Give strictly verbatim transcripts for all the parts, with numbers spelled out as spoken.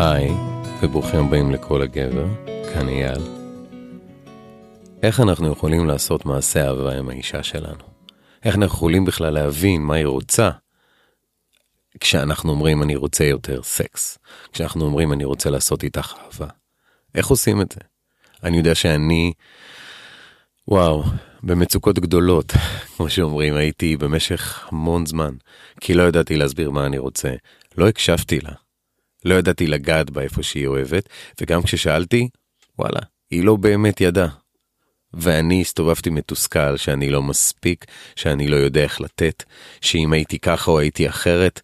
היי, וברוכים הבאים לכל הגבר, כאן אייל. איך אנחנו יכולים לעשות מעשה אהבה עם האישה שלנו? איך אנחנו יכולים בכלל להבין מה היא רוצה? כשאנחנו אומרים אני רוצה יותר סקס, כשאנחנו אומרים אני רוצה לעשות איתך אהבה. איך עושים את זה? אני יודע שאני, וואו, במצוקות גדולות, כמו שאומרים, הייתי במשך המון זמן, כי לא ידעתי להסביר מה אני רוצה, לא הקשבתי לה. לא ידעתי לגעת באיפה שהיא אוהבת, וגם כששאלתי, וואלה, היא לא באמת ידעה. ואני הסתובבתי מתוסכל שאני לא מספיק, שאני לא יודע איך לתת, שאם הייתי ככה או הייתי אחרת,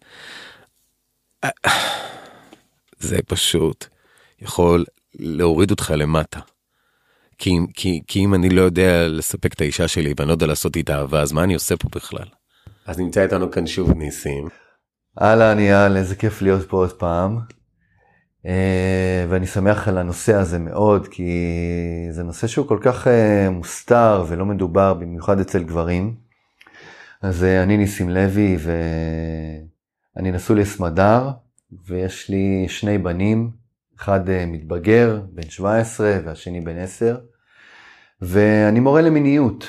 זה פשוט יכול להוריד אותך למטה. כי, כי, כי אם אני לא יודע לספק את האישה שלי, ואני לא יודע לעשות איתה אהבה, אז מה אני עושה פה בכלל? אז נמצא איתנו כאן שוב ניסים. אהלן אייל, איזה כיף להיות פה עוד פעם, ואני שמח על הנושא הזה מאוד, כי זה נושא שהוא כל כך מוסתר ולא מדובר, במיוחד אצל גברים. אז אני ניסים לוי, ואני נשוי לסמדר, ויש לי שני בנים, אחד מתבגר, בן שבע עשרה, והשני בן עשר, ואני מורה למיניות,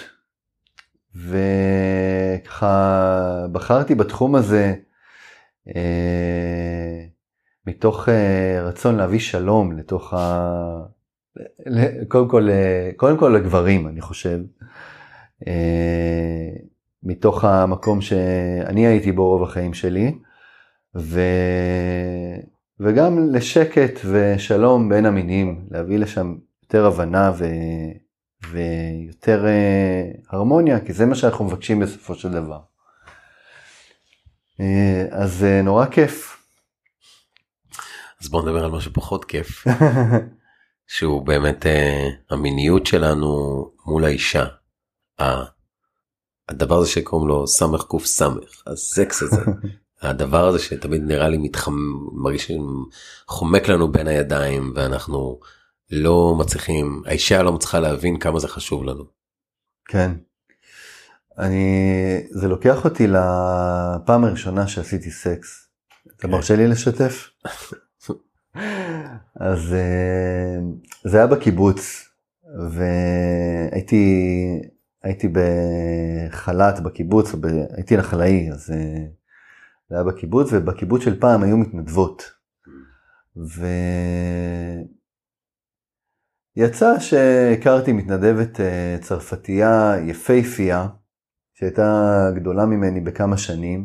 וככה בחרתי בתחום הזה, מתוך רצון להביא שלום לתוך ה... קודם כל, קודם כל לגברים, אני חושב. מתוך המקום שאני הייתי בו רוב החיים שלי, ו... וגם לשקט ושלום בין המינים, להביא לשם יותר הבנה ו... ויותר הרמוניה, כי זה מה שאנחנו מבקשים בסופו של דבר. אז נורא כיף. אז בואו נדבר על משהו פחות כיף, שהוא באמת המיניות שלנו מול האישה. הדבר הזה שקוראים לו סמך קוף סמך, הסקס הזה, הדבר הזה שתמיד נראה לי מתחמ... מרגיש חומק לנו בין הידיים, ואנחנו לא מצליחים, האישה לא מצליחה להבין כמה זה חשוב לנו. כן. אני, זה לוקח אותי לפעם הראשונה שעשיתי סקס. אתה מרשה לי לשתף? אז זה היה בקיבוץ, והייתי הייתי בחל"ת בקיבוץ, הייתי נחלאי, אז זה היה בקיבוץ, ובקיבוץ של פעם היו מתנדבות. ויצא שהכרתי מתנדבת צרפתייה יפהפייה, שהייתה גדולה ממני בכמה שנים,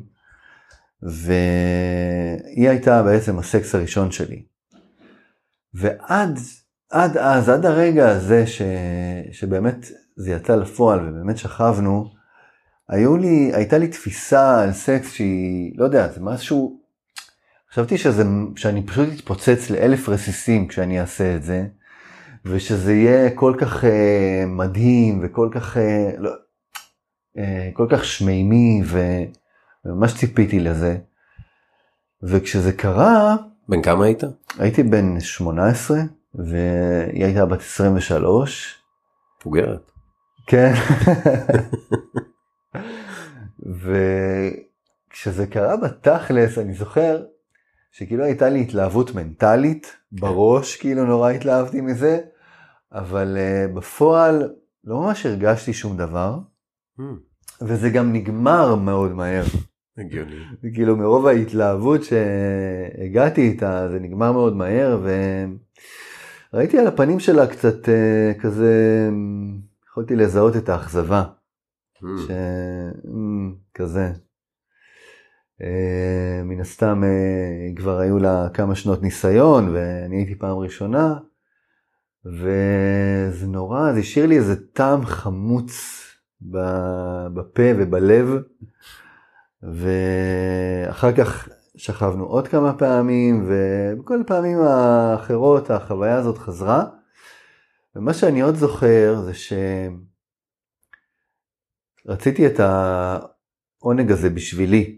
והיא הייתה בעצם הסקס הראשון שלי. ועד עד אז, עד הרגע הזה ש, שבאמת זה יצא לפועל ובאמת שכבנו, היו לי, הייתה לי תפיסה על סקס שהיא, לא יודע, זה משהו, חשבתי שזה, שאני פשוט אתפוצץ לאלף רסיסים כשאני אעשה את זה, ושזה יהיה כל כך uh, מדהים וכל כך, uh, לא, uh, כל כך שמימי, וממש ציפיתי לזה. וכשזה קרה... בן כמה היית? הייתי בן שמונה עשרה, והיא הייתה בת עשרים ושלוש. פוגרת. כן. וכשזה קרה בתכלס, אני זוכר שכאילו הייתה לי התלהבות מנטלית, בראש כאילו נורא התלהבתי מזה, אבל uh, בפועל לא ממש הרגשתי שום דבר, hmm. וזה גם נגמר מאוד מהר. הגיוני. כאילו מרוב ההתלהבות שהגעתי איתה, זה נגמר מאוד מהר, וראיתי על הפנים שלה קצת uh, כזה, יכולתי לזהות את האכזבה, hmm. ש... כזה. Uh, מן הסתם uh, כבר היו לה כמה שנות ניסיון, ואני הייתי פעם ראשונה, וזה נורא, זה השאיר לי איזה טעם חמוץ בפה ובלב, ואחר כך שכבנו עוד כמה פעמים, ובכל הפעמים האחרות החוויה הזאת חזרה, ומה שאני עוד זוכר זה שרציתי את העונג הזה בשבילי,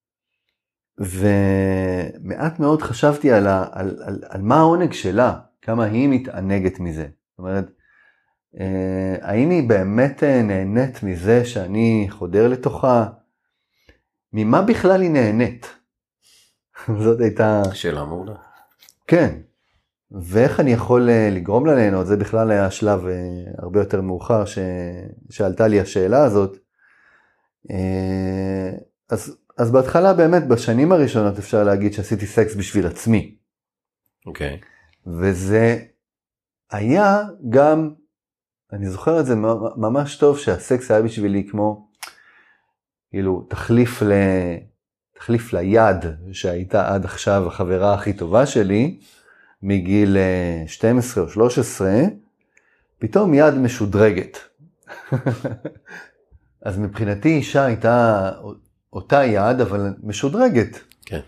ומעט מאוד חשבתי על, ה, על, על, על מה העונג שלה, כמה היא מתענגת מזה. זאת אומרת, האם היא באמת נהנית מזה שאני חודר לתוכה? ממה בכלל היא נהנית? זאת הייתה... שאלה מעולה. כן. ואיך אני יכול לגרום לה ליהנות, זה בכלל היה שלב הרבה יותר מאוחר ש... שעלתה לי השאלה הזאת. אז, אז בהתחלה באמת, בשנים הראשונות אפשר להגיד שעשיתי סקס בשביל עצמי. אוקיי. Okay. וזה היה גם, אני זוכר את זה ממש טוב, שהסקס היה בשבילי כמו, כאילו, תחליף ל... תחליף ליד שהייתה עד עכשיו החברה הכי טובה שלי, מגיל שתים עשרה או שלוש עשרה, פתאום יד משודרגת. אז מבחינתי אישה הייתה אותה יד, אבל משודרגת. כן.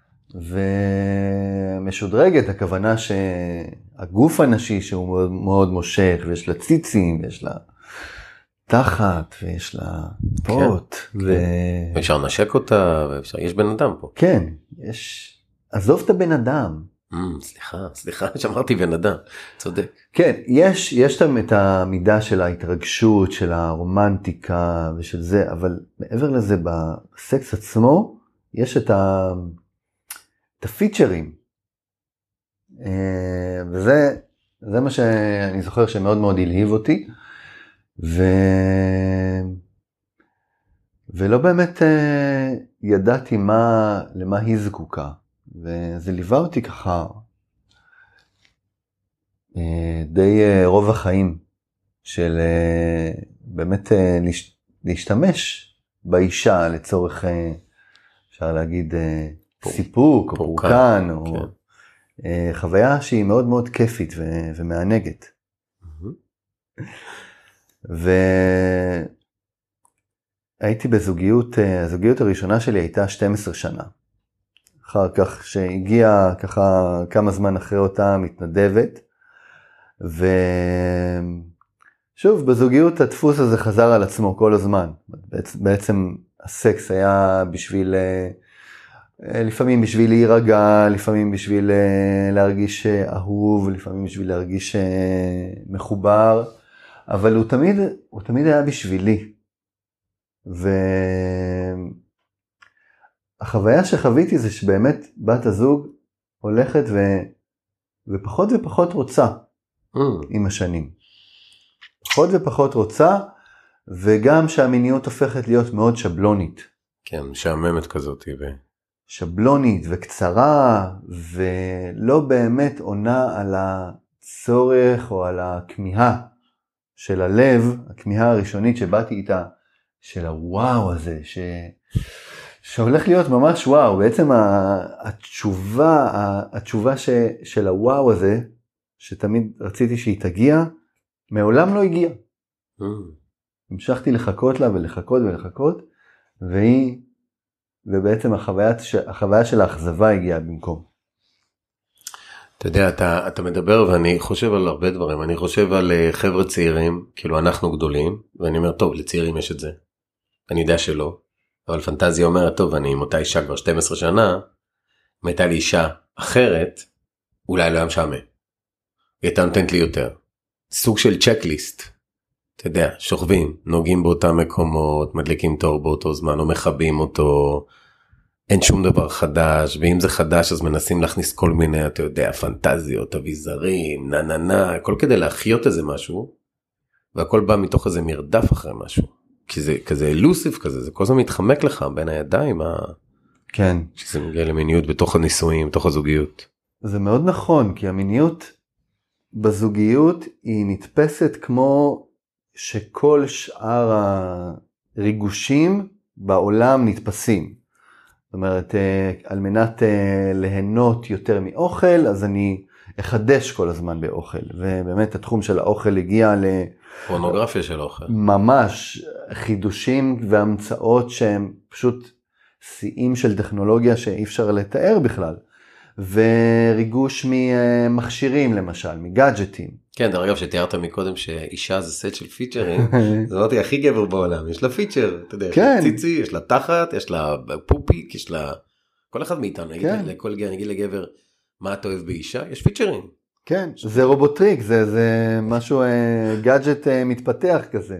ומשודרגת, הכוונה שהגוף הנשי שהוא מאוד, מאוד מושך, ויש לה ציצים, ויש לה תחת, ויש לה פות. כן, ו... כן. ואפשר לנשק אותה, ואפשר... יש בן אדם פה. כן, יש... עזוב את הבן אדם. Mm, סליחה, סליחה, שאמרתי בן אדם, צודק. כן, יש, יש שם את המידה של ההתרגשות, של הרומנטיקה ושל זה, אבל מעבר לזה, בסקס עצמו, יש את, ה, את הפיצ'רים. וזה זה מה שאני זוכר שמאוד מאוד הלהיב אותי, ו... ולא באמת ידעתי מה, למה היא זקוקה. וזה ליווה אותי ככה די רוב החיים של באמת להשתמש באישה לצורך, אפשר להגיד, סיפוק או פורקן, או חוויה שהיא מאוד מאוד כיפית ומענגת. והייתי בזוגיות, הזוגיות הראשונה שלי הייתה שתים עשרה שנה. אחר כך שהגיעה ככה כמה זמן אחרי אותה מתנדבת, ושוב בזוגיות הדפוס הזה חזר על עצמו כל הזמן. בעצם, בעצם הסקס היה בשביל, לפעמים בשביל להירגע, לפעמים בשביל להרגיש אהוב, לפעמים בשביל להרגיש מחובר, אבל הוא תמיד, הוא תמיד היה בשבילי. ו... החוויה שחוויתי זה שבאמת בת הזוג הולכת ו... ופחות ופחות רוצה mm. עם השנים. פחות ופחות רוצה, וגם שהמיניות הופכת להיות מאוד שבלונית. כן, משעממת כזאת. ו... שבלונית וקצרה, ולא באמת עונה על הצורך או על הכמיהה של הלב, הכמיהה הראשונית שבאתי איתה, של הוואו הזה, ש... שהולך להיות ממש וואו. בעצם התשובה, התשובה ש, של הוואו הזה, שתמיד רציתי שהיא תגיע, מעולם לא הגיעה. Mm. המשכתי לחכות לה ולחכות ולחכות, והיא, ובעצם החוויה, החוויה של האכזבה הגיעה במקום. אתה יודע, אתה, אתה מדבר ואני חושב על הרבה דברים. אני חושב על חבר'ה צעירים, כאילו אנחנו גדולים, ואני אומר, טוב, לצעירים יש את זה. אני יודע שלא. אבל פנטזיה אומרת, טוב, אני עם אותה אישה כבר שתים עשרה שנה, אם הייתה לי אישה אחרת, אולי לא היה משעמם. היא הייתה נותנת לי יותר. סוג של צ'קליסט. אתה יודע, שוכבים, נוגעים באותם מקומות, מדליקים תור באותו זמן, או מחבים אותו, אין שום דבר חדש, ואם זה חדש אז מנסים להכניס כל מיני, אתה יודע, פנטזיות, אביזרים, נה נה נה, הכל כדי להחיות איזה משהו, והכל בא מתוך איזה מרדף אחרי משהו. כי זה כזה אלוסיב כזה, זה כל הזמן מתחמק לך בין הידיים, כן. שזה מגיע למיניות בתוך הנישואים, בתוך הזוגיות. זה מאוד נכון, כי המיניות בזוגיות היא נתפסת כמו שכל שאר הריגושים בעולם נתפסים. זאת אומרת, על מנת ליהנות יותר מאוכל, אז אני אחדש כל הזמן באוכל. ובאמת התחום של האוכל הגיע ל... פורנוגרפיה של אוכל. ממש חידושים והמצאות שהם פשוט שיאים של טכנולוגיה שאי אפשר לתאר בכלל. וריגוש ממכשירים למשל, מגאדג'טים. כן, דרך אגב שתיארת מקודם שאישה זה סט של פיצ'רים, זה אמרתי הכי גבר בעולם, יש לה פיצ'ר, אתה יודע, כן. יש לה ציצי, יש לה תחת, יש לה פופיק, יש לה, כל אחד מאיתנו, נגיד, כן. לכל גבר, נגיד לגבר, מה אתה אוהב באישה? יש פיצ'רים. כן, זה רובוטריק, זה, זה משהו, גאדג'ט מתפתח כזה.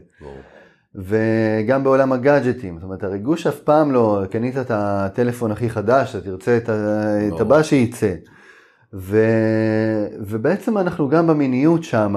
וגם בעולם הגאדג'טים, זאת אומרת, הריגוש אף פעם לא, קנית את הטלפון הכי חדש, אתה תרצה את, את הבא שייצא. ו, ובעצם אנחנו גם במיניות שם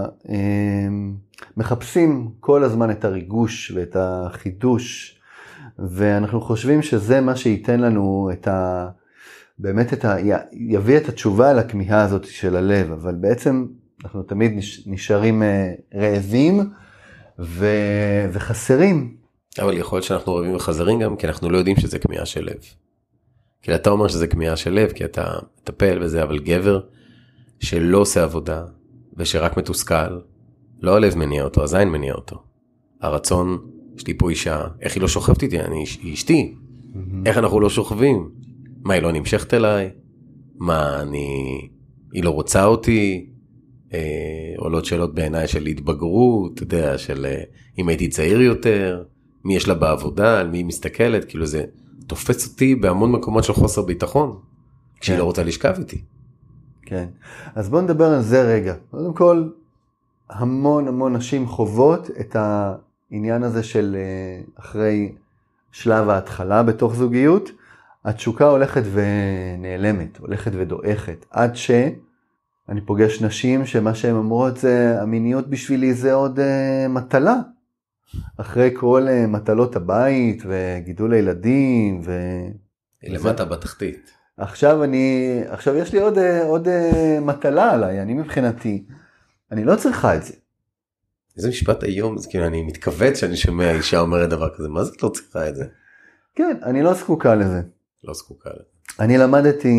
מחפשים כל הזמן את הריגוש ואת החידוש, ואנחנו חושבים שזה מה שייתן לנו את ה... באמת את ה... יביא את התשובה על הכמיהה הזאת של הלב, אבל בעצם אנחנו תמיד נשארים רעבים ו... וחסרים. אבל יכול להיות שאנחנו רעבים וחסרים גם, כי אנחנו לא יודעים שזה כמיהה של לב. כי אתה אומר שזה כמיהה של לב, כי אתה מטפל בזה, אבל גבר שלא עושה עבודה, ושרק מתוסכל, לא הלב מניע אותו, הזין מניע אותו. הרצון, יש לי פה אישה, איך היא לא שוכבת איתי? אני היא אשתי. Mm-hmm. איך אנחנו לא שוכבים? מה, היא לא נמשכת אליי? מה, אני... היא לא רוצה אותי? אה, עולות שאלות בעיניי של התבגרות, אתה יודע, של אה, אם הייתי צעיר יותר, מי יש לה בעבודה, על מי היא מסתכלת, כאילו זה תופס אותי בהמון מקומות של חוסר ביטחון, כשהיא לא רוצה לשכב איתי. כן, אז בואו נדבר על זה רגע. קודם כל, המון המון נשים חוות את העניין הזה של אחרי שלב ההתחלה בתוך זוגיות, התשוקה הולכת ונעלמת, הולכת ודועכת, עד שאני פוגש נשים שמה שהן אומרות זה, המיניות בשבילי זה עוד מטלה. אחרי כל מטלות הבית וגידול הילדים ו... למטה בתחתית. עכשיו אני, עכשיו יש לי עוד, עוד מטלה עליי, אני מבחינתי, אני לא צריכה את זה. איזה משפט היום, זה כאילו אני מתכווץ שאני שומע אישה אומרת דבר כזה, מה זה לא צריכה את זה? כן, אני לא זקוקה לזה. לא זקוקה לזה. אני למדתי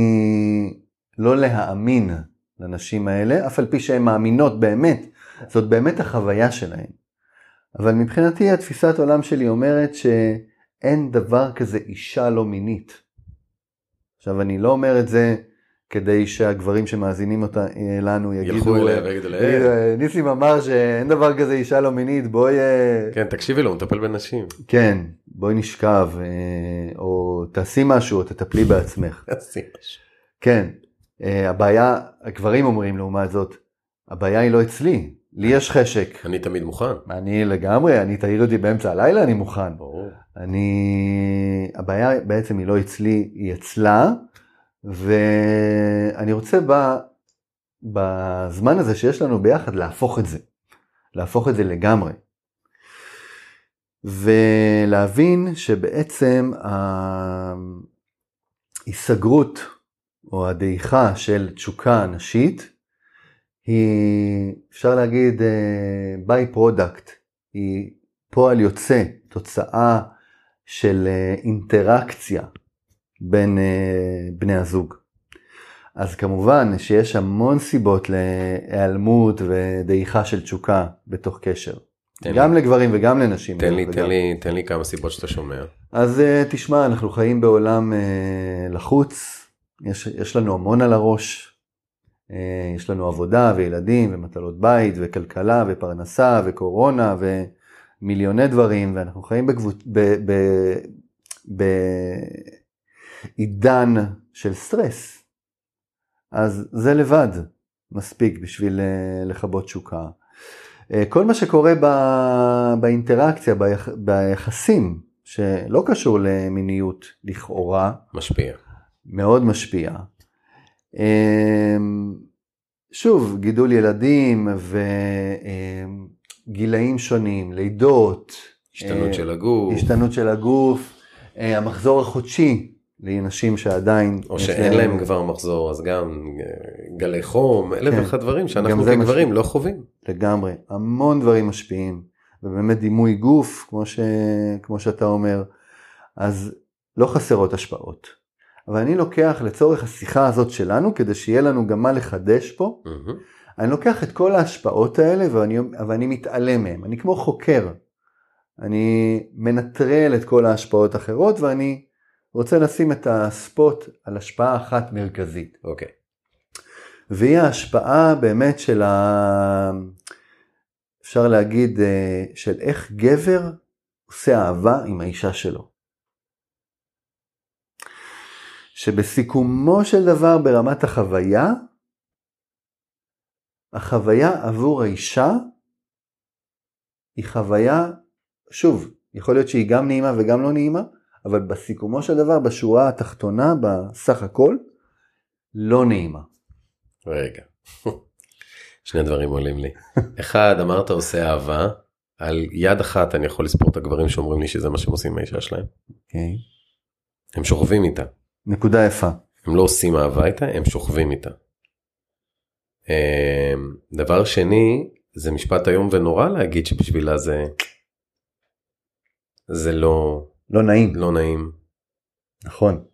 לא להאמין לנשים האלה, אף על פי שהן מאמינות באמת, זאת באמת החוויה שלהן. אבל מבחינתי התפיסת עולם שלי אומרת שאין דבר כזה אישה לא מינית. עכשיו אני לא אומר את זה כדי שהגברים שמאזינים אותה, לנו יגידו, ילכו אליה ויגידו לה, ניסים אמר שאין דבר כזה אישה לא מינית, בואי... כן, תקשיבי לו, הוא מטפל בנשים. כן, בואי נשכב, או תעשי משהו, או תטפלי בעצמך. תעשי משהו. כן, הבעיה, הגברים אומרים לעומת זאת, הבעיה היא לא אצלי, לי יש חשק. אני תמיד מוכן. אני לגמרי, אני תעיר אותי באמצע הלילה, אני מוכן. ברור. אני, הבעיה בעצם היא לא אצלי, היא אצלה, ואני רוצה ב, בזמן הזה שיש לנו ביחד להפוך את זה, להפוך את זה לגמרי. ולהבין שבעצם ההיסגרות או הדעיכה של תשוקה נשית, היא אפשר להגיד by product, היא פועל יוצא, תוצאה של אינטראקציה בין בני הזוג. אז כמובן שיש המון סיבות להיעלמות ודעיכה של תשוקה בתוך קשר. גם לי. לגברים וגם לנשים. תן לי, תן לי, תן לי כמה סיבות שאתה שומע. אז תשמע, אנחנו חיים בעולם לחוץ, יש, יש לנו המון על הראש, יש לנו עבודה וילדים ומטלות בית וכלכלה ופרנסה וקורונה ומיליוני דברים, ואנחנו חיים בקבוצ... ב... ב... בעידן של סטרס. אז זה לבד מספיק בשביל לחבות תשוקה. כל מה שקורה ב... באינטראקציה, ביח... ביחסים, שלא קשור למיניות לכאורה, משפיע. מאוד משפיע. שוב, גידול ילדים וגילאים שונים, לידות, השתנות של הגוף, השתנות של הגוף, המחזור החודשי לאנשים שעדיין, או שאין להם כבר מחזור, אז גם גלי חום, אלף ואחד דברים שאנחנו כגברים לא חווים. לגמרי, המון דברים משפיעים, ובאמת דימוי גוף, כמו ש... כמו שאתה אומר, אז לא חסרות השפעות. אבל אני לוקח לצורך השיחה הזאת שלנו, כדי שיהיה לנו גם מה לחדש פה, mm-hmm. אני לוקח את כל ההשפעות האלה, ואני, ואני מתעלם מהם. אני כמו חוקר. אני מנטרל את כל ההשפעות האחרות, ואני רוצה לשים את הספוט על השפעה אחת מרכזית. אוקיי. Okay. והיא ההשפעה באמת של ה... אפשר להגיד, של איך גבר עושה אהבה עם האישה שלו. שבסיכומו של דבר ברמת החוויה, החוויה עבור האישה היא חוויה, שוב, יכול להיות שהיא גם נעימה וגם לא נעימה, אבל בסיכומו של דבר, בשורה התחתונה, בסך הכל, לא נעימה. רגע. שני דברים עולים לי. אחד, אמרת עושה אהבה, על יד אחת אני יכול לספור את הגברים שאומרים לי שזה מה שהם עושים עם האישה שלהם. אוקיי. הם שוכבים איתה. נקודה יפה. הם לא עושים אהבה איתה, הם שוכבים איתה. דבר שני, זה משפט היום ונורא להגיד שבשבילה זה, זה לא, לא נעים. לא נעים. נכון.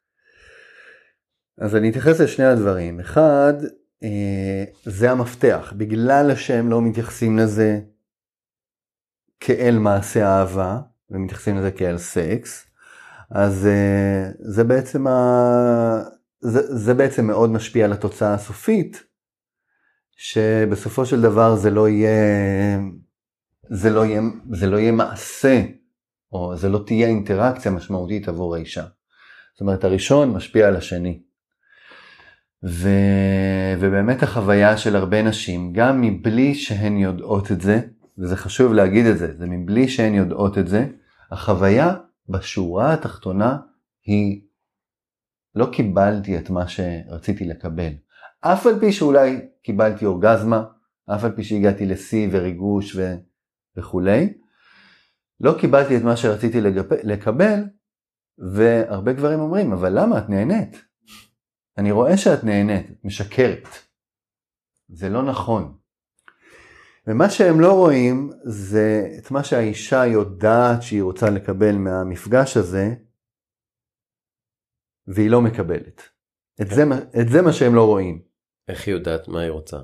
אז אני אתייחס לשני הדברים. אחד, זה המפתח. בגלל שהם לא מתייחסים לזה כאל מעשה אהבה, ומתייחסים לזה כאל סקס, אז זה בעצם, ה... זה, זה בעצם מאוד משפיע על התוצאה הסופית, שבסופו של דבר זה לא יהיה, זה לא יהיה, זה לא יהיה מעשה, או זה לא תהיה אינטראקציה משמעותית עבור האישה. זאת אומרת, הראשון משפיע על השני. ו... ובאמת החוויה של הרבה נשים, גם מבלי שהן יודעות את זה, וזה חשוב להגיד את זה, זה מבלי שהן יודעות את זה, החוויה בשורה התחתונה היא, לא קיבלתי את מה שרציתי לקבל. אף על פי שאולי קיבלתי אורגזמה, אף על פי שהגעתי לשיא וריגוש ו... וכולי, לא קיבלתי את מה שרציתי לגב... לקבל, והרבה גברים אומרים, אבל למה? את נהנית. אני רואה שאת נהנית, משקרת. זה לא נכון. ומה שהם לא רואים, זה את מה שהאישה יודעת שהיא רוצה לקבל מהמפגש הזה, והיא לא מקבלת. את זה, את זה מה שהם לא רואים. איך היא יודעת מה היא רוצה?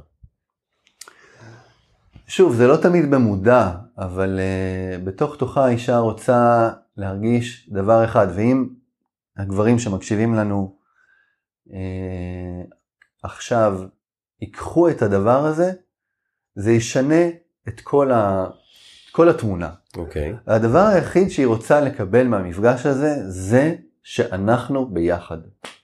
שוב, זה לא תמיד במודע, אבל uh, בתוך תוכה האישה רוצה להרגיש דבר אחד, ואם הגברים שמקשיבים לנו uh, עכשיו ייקחו את הדבר הזה, זה ישנה את כל, ה, כל התמונה. אוקיי. Okay. הדבר היחיד שהיא רוצה לקבל מהמפגש הזה, זה שאנחנו ביחד.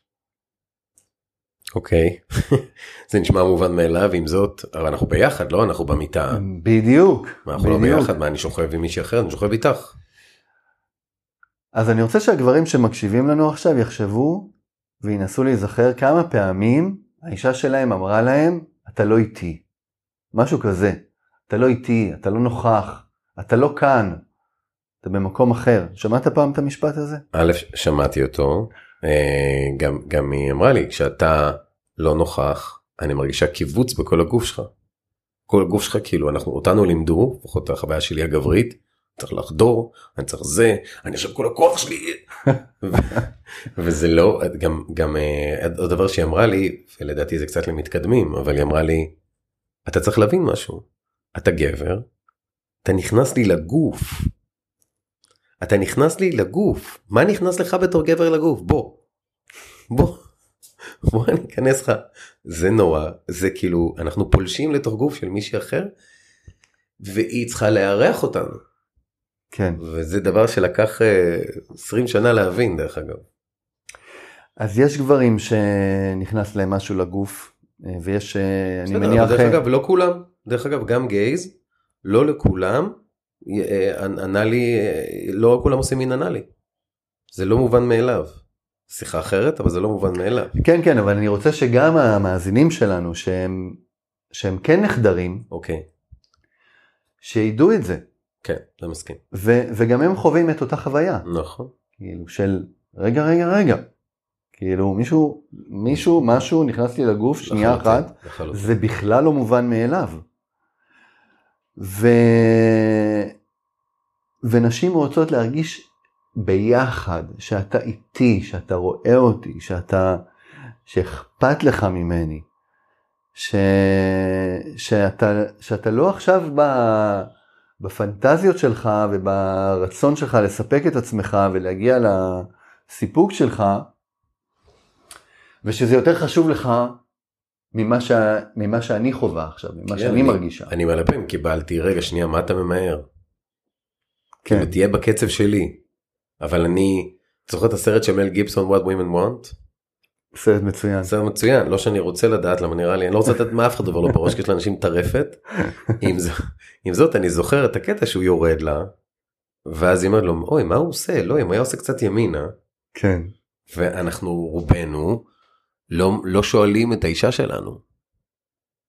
אוקיי, זה נשמע מובן מאליו, עם זאת, אבל אנחנו ביחד, לא? אנחנו במיטה. בדיוק. מה, אנחנו לא ביחד? מה, אני שוכב עם מישהי אחרת? אני שוכב איתך. אז אני רוצה שהגברים שמקשיבים לנו עכשיו יחשבו, וינסו להיזכר כמה פעמים האישה שלהם אמרה להם, אתה לא איתי. משהו כזה. אתה לא איתי, אתה לא נוכח, אתה לא כאן. אתה במקום אחר. שמעת פעם את המשפט הזה? א', שמעתי אותו. גם, גם היא אמרה לי, כשאתה לא נוכח, אני מרגישה קיבוץ בכל הגוף שלך. כל הגוף שלך, כאילו, אנחנו, אותנו לימדו, לפחות החוויה שלי הגברית, צריך לחדור, אני צריך זה, אני עכשיו כל הכוח שלי. וזה לא, גם, גם, עוד דבר שהיא אמרה לי, ולדעתי זה קצת למתקדמים, אבל היא אמרה לי, אתה צריך להבין משהו. אתה גבר, אתה נכנס לי לגוף. אתה נכנס לי לגוף. מה נכנס לך בתור גבר לגוף? בוא. בוא. בוא אני אכנס לך. זה נורא. זה כאילו, אנחנו פולשים לתוך גוף של מישהי אחר, והיא צריכה להיערך אותנו. כן. וזה דבר שלקח עשרים שנה להבין, דרך אגב. אז יש גברים שנכנס להם משהו לגוף, ויש, אני מניח... דרך אגב, לא כולם. דרך אגב, גם גייז, לא לכולם, אנלי, לא כולם עושים מין אנלי. זה לא מובן מאליו. שיחה אחרת, אבל זה לא מובן מאליו. כן, כן, אבל אני רוצה שגם המאזינים שלנו, שהם, שהם כן נחדרים, אוקיי. שידעו את זה. כן, זה מסכים. ו, וגם הם חווים את אותה חוויה. נכון. כאילו של, רגע, רגע, רגע. כאילו מישהו, מישהו, משהו נכנס לי לגוף, שנייה אחת, זה בכלל לא מובן מאליו. ו... ונשים רוצות להרגיש ביחד, שאתה איתי, שאתה רואה אותי, שאתה, שאכפת לך ממני, ש... שאתה, שאתה לא עכשיו ב... בפנטזיות שלך וברצון שלך לספק את עצמך ולהגיע לסיפוק שלך, ושזה יותר חשוב לך ממה, ש... ממה שאני חובה עכשיו, ממה שאני אני, מרגישה. אני מלא פעמים קיבלתי, רגע שנייה, מה אתה ממהר? כן. תהיה בקצב שלי. אבל אני, זוכר את הסרט של מל גיבסון, What Women Want? סרט מצוין. סרט מצוין, לא שאני רוצה לדעת, למה נראה לי, אני לא רוצה לדעת מה אף אחד דבר לא בראש, כי יש לאנשים טרפת. עם, ז... עם זאת, אני זוכר את הקטע שהוא יורד לה, ואז היא אומרת לו, אוי, מה הוא עושה? לא, אם היה עושה קצת ימינה. כן. ואנחנו רובנו, לא, לא שואלים את האישה שלנו.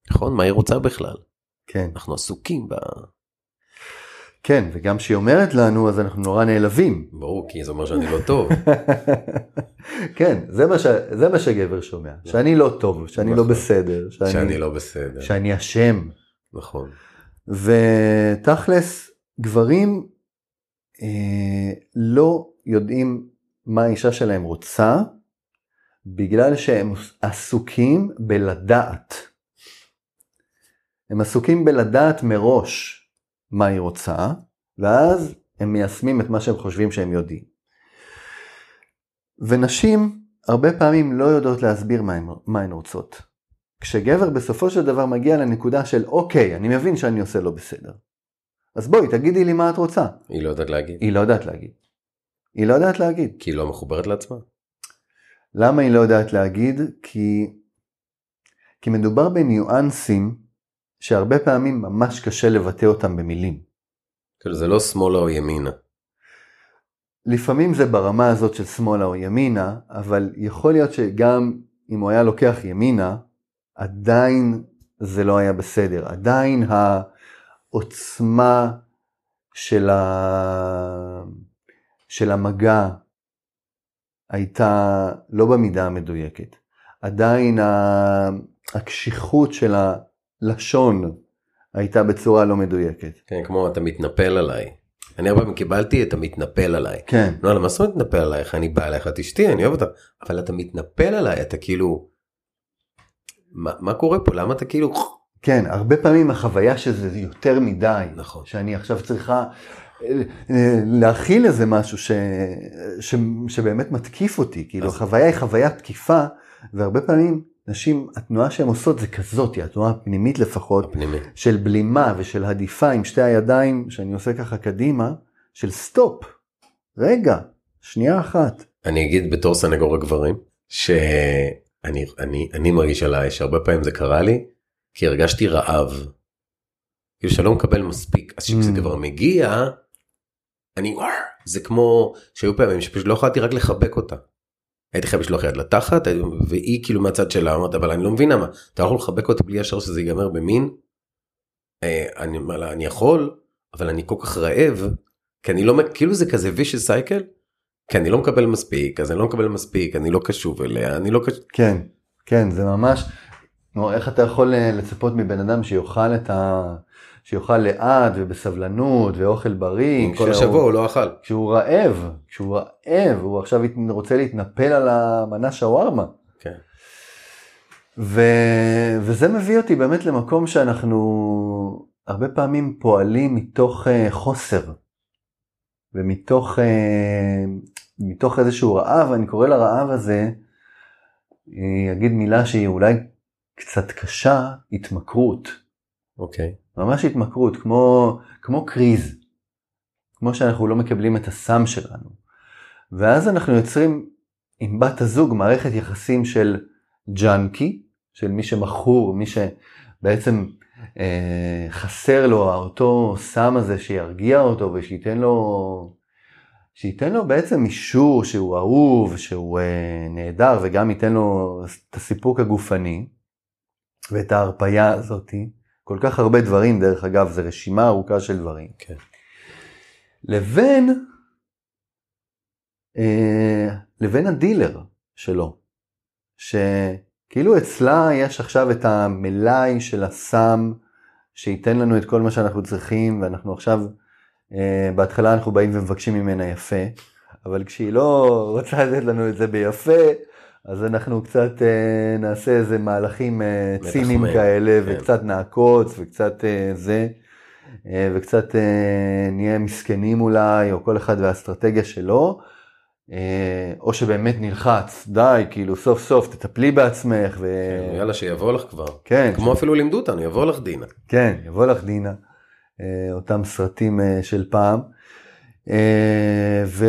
נכון, מה היא רוצה בכלל? כן. אנחנו עסוקים ב... כן, וגם שהיא אומרת לנו, אז אנחנו נורא נעלבים. ברור, כי זה אומר שאני לא טוב. כן, זה מה, ש... זה מה שגבר שומע, שאני לא טוב, שאני נכון. לא בסדר, שאני... שאני לא בסדר. שאני אשם. נכון. ותכלס, גברים אה, לא יודעים מה האישה שלהם רוצה, בגלל שהם עסוקים בלדעת. הם עסוקים בלדעת מראש מה היא רוצה, ואז הם מיישמים את מה שהם חושבים שהם יודעים. ונשים הרבה פעמים לא יודעות להסביר מה הן, מה הן רוצות. כשגבר בסופו של דבר מגיע לנקודה של אוקיי, אני מבין שאני עושה לא בסדר. אז בואי, תגידי לי מה את רוצה. היא לא יודעת להגיד. היא לא יודעת להגיד. היא לא יודעת להגיד. כי היא לא מחוברת לעצמה. למה היא לא יודעת להגיד? כי, כי מדובר בניואנסים שהרבה פעמים ממש קשה לבטא אותם במילים. כאילו זה לא שמאלה או ימינה. לפעמים זה ברמה הזאת של שמאלה או ימינה, אבל יכול להיות שגם אם הוא היה לוקח ימינה, עדיין זה לא היה בסדר. עדיין העוצמה של, ה... של המגע הייתה לא במידה המדויקת. עדיין הקשיחות של הלשון הייתה בצורה לא מדויקת. כן, כמו אתה מתנפל עליי. אני הרבה פעמים קיבלתי את המתנפל עליי. כן. לא, למה אתה מתנפל עלייך? אני בא אליך, תשתי, אני אוהב אותה. אבל אתה מתנפל עליי, אתה כאילו... מה, מה קורה פה? למה אתה כאילו... כן, הרבה פעמים החוויה שזה יותר מדי. נכון. שאני עכשיו צריכה להכיל איזה משהו ש... ש... שבאמת מתקיף אותי. כאילו, אז... החוויה היא חוויה תקיפה, והרבה פעמים נשים, התנועה שהן עושות זה כזאת, היא התנועה הפנימית לפחות, הפנימית. של בלימה ושל עדיפה עם שתי הידיים, שאני עושה ככה קדימה, של סטופ. רגע, שנייה אחת. אני אגיד בתור סנגור הגברים, שאני אני, אני מרגיש עליי שהרבה פעמים זה קרה לי, כי הרגשתי רעב. כאילו שלא מקבל מספיק. אז כשזה כבר מגיע, אני, זה כמו שהיו פעמים שפשוט לא יכולתי רק לחבק אותה. הייתי חייב לשלוח יד לתחת, והיא כאילו מהצד שלה, אמרת, אבל אני לא מבינה מה, אתה יכול לחבק אותי בלי ישר שזה ייגמר במין? אני אומר לה, אני יכול, אבל אני כל כך רעב, כי אני לא, כאילו זה כזה vicious cycle, כי אני לא מקבל מספיק, אז אני לא מקבל מספיק, אני לא קשוב אליה, אני לא קשוב. כן, כן, זה ממש, איך אתה יכול לצפות מבן אדם שיוכל את ה... שיוכל לאט ובסבלנות ואוכל בריא. כל השבוע הוא לא אכל. כשהוא רעב, כשהוא רעב, הוא עכשיו רוצה להתנפל על המנה שווארמה. כן. ו... וזה מביא אותי באמת למקום שאנחנו הרבה פעמים פועלים מתוך חוסר, ומתוך מתוך איזשהו רעב, אני קורא לרעב הזה, אגיד מילה שהיא אולי קצת קשה, התמכרות. אוקיי. ממש התמכרות, כמו, כמו קריז, כמו שאנחנו לא מקבלים את הסם שלנו. ואז אנחנו יוצרים עם בת הזוג מערכת יחסים של ג'אנקי, של מי שמכור, מי שבעצם אה, חסר לו אותו סם הזה שירגיע אותו ושייתן לו, שייתן לו בעצם אישור שהוא אהוב, שהוא אה, נהדר, וגם ייתן לו את הסיפוק הגופני ואת ההרפאיה הזאתי. כל כך הרבה דברים, דרך אגב, זה רשימה ארוכה של דברים. כן. לבין, אה, לבין הדילר שלו, שכאילו אצלה יש עכשיו את המלאי של הסם, שייתן לנו את כל מה שאנחנו צריכים, ואנחנו עכשיו, אה, בהתחלה אנחנו באים ומבקשים ממנה יפה, אבל כשהיא לא רוצה לתת לנו את זה ביפה, אז אנחנו קצת אה, נעשה איזה מהלכים אה, ציניים כאלה, כן. וקצת נעקוץ, וקצת אה, זה, אה, וקצת אה, נהיה מסכנים אולי, או כל אחד והאסטרטגיה שלו, אה, או שבאמת נלחץ, די, כאילו סוף סוף תטפלי בעצמך. ו... כן, יאללה שיבוא לך כבר. כן. כמו ש... אפילו לימדו אותנו, יבוא לך דינה. כן, יבוא לך דינה, אה, אותם סרטים אה, של פעם, אה, ו...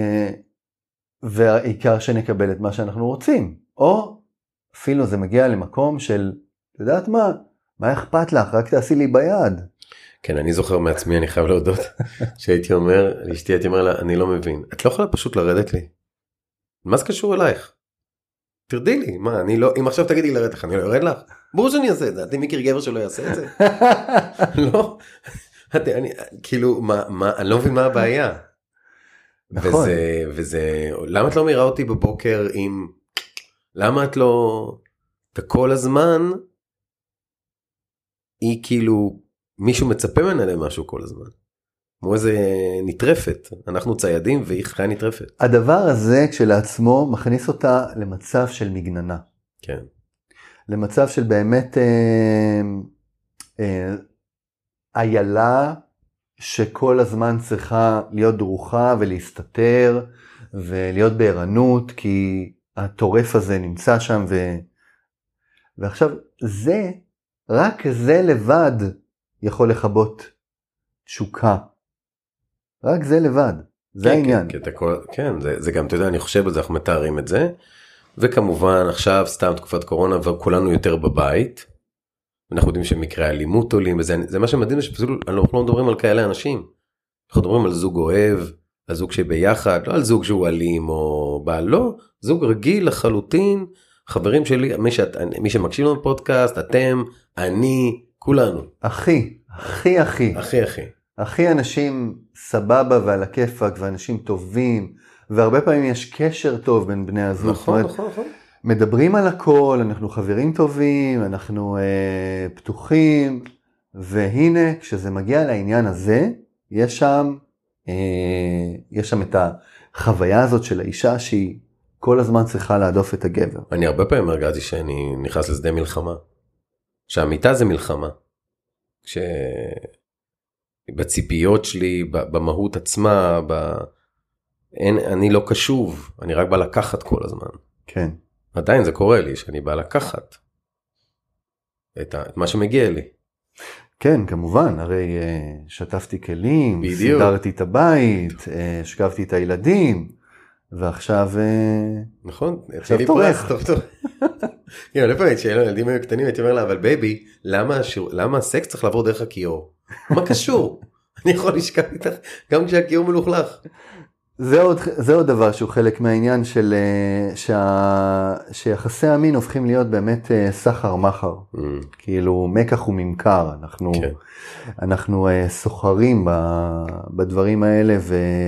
והעיקר שנקבל את מה שאנחנו רוצים. או אפילו זה מגיע למקום של, יודעת מה, מה אכפת לך? רק תעשי לי ביד. כן, אני זוכר מעצמי, אני חייב להודות, שהייתי אומר, לאשתי הייתי אומר לה, אני לא מבין. את לא יכולה פשוט לרדת לי. מה זה קשור אלייך? תרדי לי, מה, אני לא, אם עכשיו תגידי לרד לך, אני לא יורד לך? ברור שאני אעשה את זה, אתם מכיר גבר שלא יעשה את זה? לא, אני, כאילו, מה, מה, אני לא מבין מה הבעיה. נכון. וזה, וזה, למה את לא מראה אותי בבוקר עם, למה את לא, אתה כל הזמן, היא כאילו, מישהו מצפה ממנה למשהו כל הזמן. כמו איזה נטרפת, אנחנו ציידים והיא חיה נטרפת. הדבר הזה כשלעצמו מכניס אותה למצב של מגננה. כן. למצב של באמת אה, אה, איילה שכל הזמן צריכה להיות דרוכה ולהסתתר ולהיות בערנות כי הטורף הזה נמצא שם ו... ועכשיו זה, רק זה לבד יכול לכבות תשוקה. רק זה לבד, זה כן, העניין. כן, כן, כן זה, זה גם, אתה יודע, אני חושב על זה, אנחנו מתארים את זה, וכמובן עכשיו סתם תקופת קורונה וכולנו יותר בבית, אנחנו יודעים שמקרי אלימות עולים, וזה זה מה שמדהים, שפשוט אנחנו לא מדברים על כאלה אנשים, אנחנו מדברים על זוג אוהב, על זוג שביחד, לא על זוג שהוא אלים או בעל, לא, זוג רגיל לחלוטין, חברים שלי, מי, שאת, מי שמקשיב לנו בפודקאסט, אתם, אני, כולנו. אחי, אחי, אחי. אחי, אחי. אחי אנשים סבבה ועל הכיפק ואנשים טובים, והרבה פעמים יש קשר טוב בין בני הזוג. נכון, נכון, נכון. מדברים על הכל, אנחנו חברים טובים, אנחנו אה, פתוחים, והנה כשזה מגיע לעניין הזה, יש שם, אה, יש שם את החוויה הזאת של האישה שהיא כל הזמן צריכה להדוף את הגבר. אני הרבה פעמים הרגעתי שאני נכנס לשדה מלחמה, שהמיטה זה מלחמה, כש... בציפיות שלי, במהות עצמה, ב... אין, אני לא קשוב, אני רק בא לקחת כל הזמן. כן. עדיין זה קורה לי, שאני בא לקחת את, ה... את מה שמגיע לי. כן, כמובן, הרי uh, שטפתי כלים, בדיוק. סידרתי את הבית, uh, שקבתי את הילדים, ועכשיו... Uh, נכון, עכשיו תורך. טוב, טוב. כן, לפעמים שאלה, ילדים היו קטנים, הייתי אומר לה, אבל בייבי, למה, השיר... למה הסקס צריך לעבור דרך הכיור? מה קשור? אני יכול לשכב איתך גם כשהכיור מלוכלך. זה עוד, זה עוד דבר שהוא חלק מהעניין של שה, שיחסי המין הופכים להיות באמת סחר מחר. Mm. כאילו מקח וממכר. אנחנו, כן. אנחנו סוחרים בדברים האלה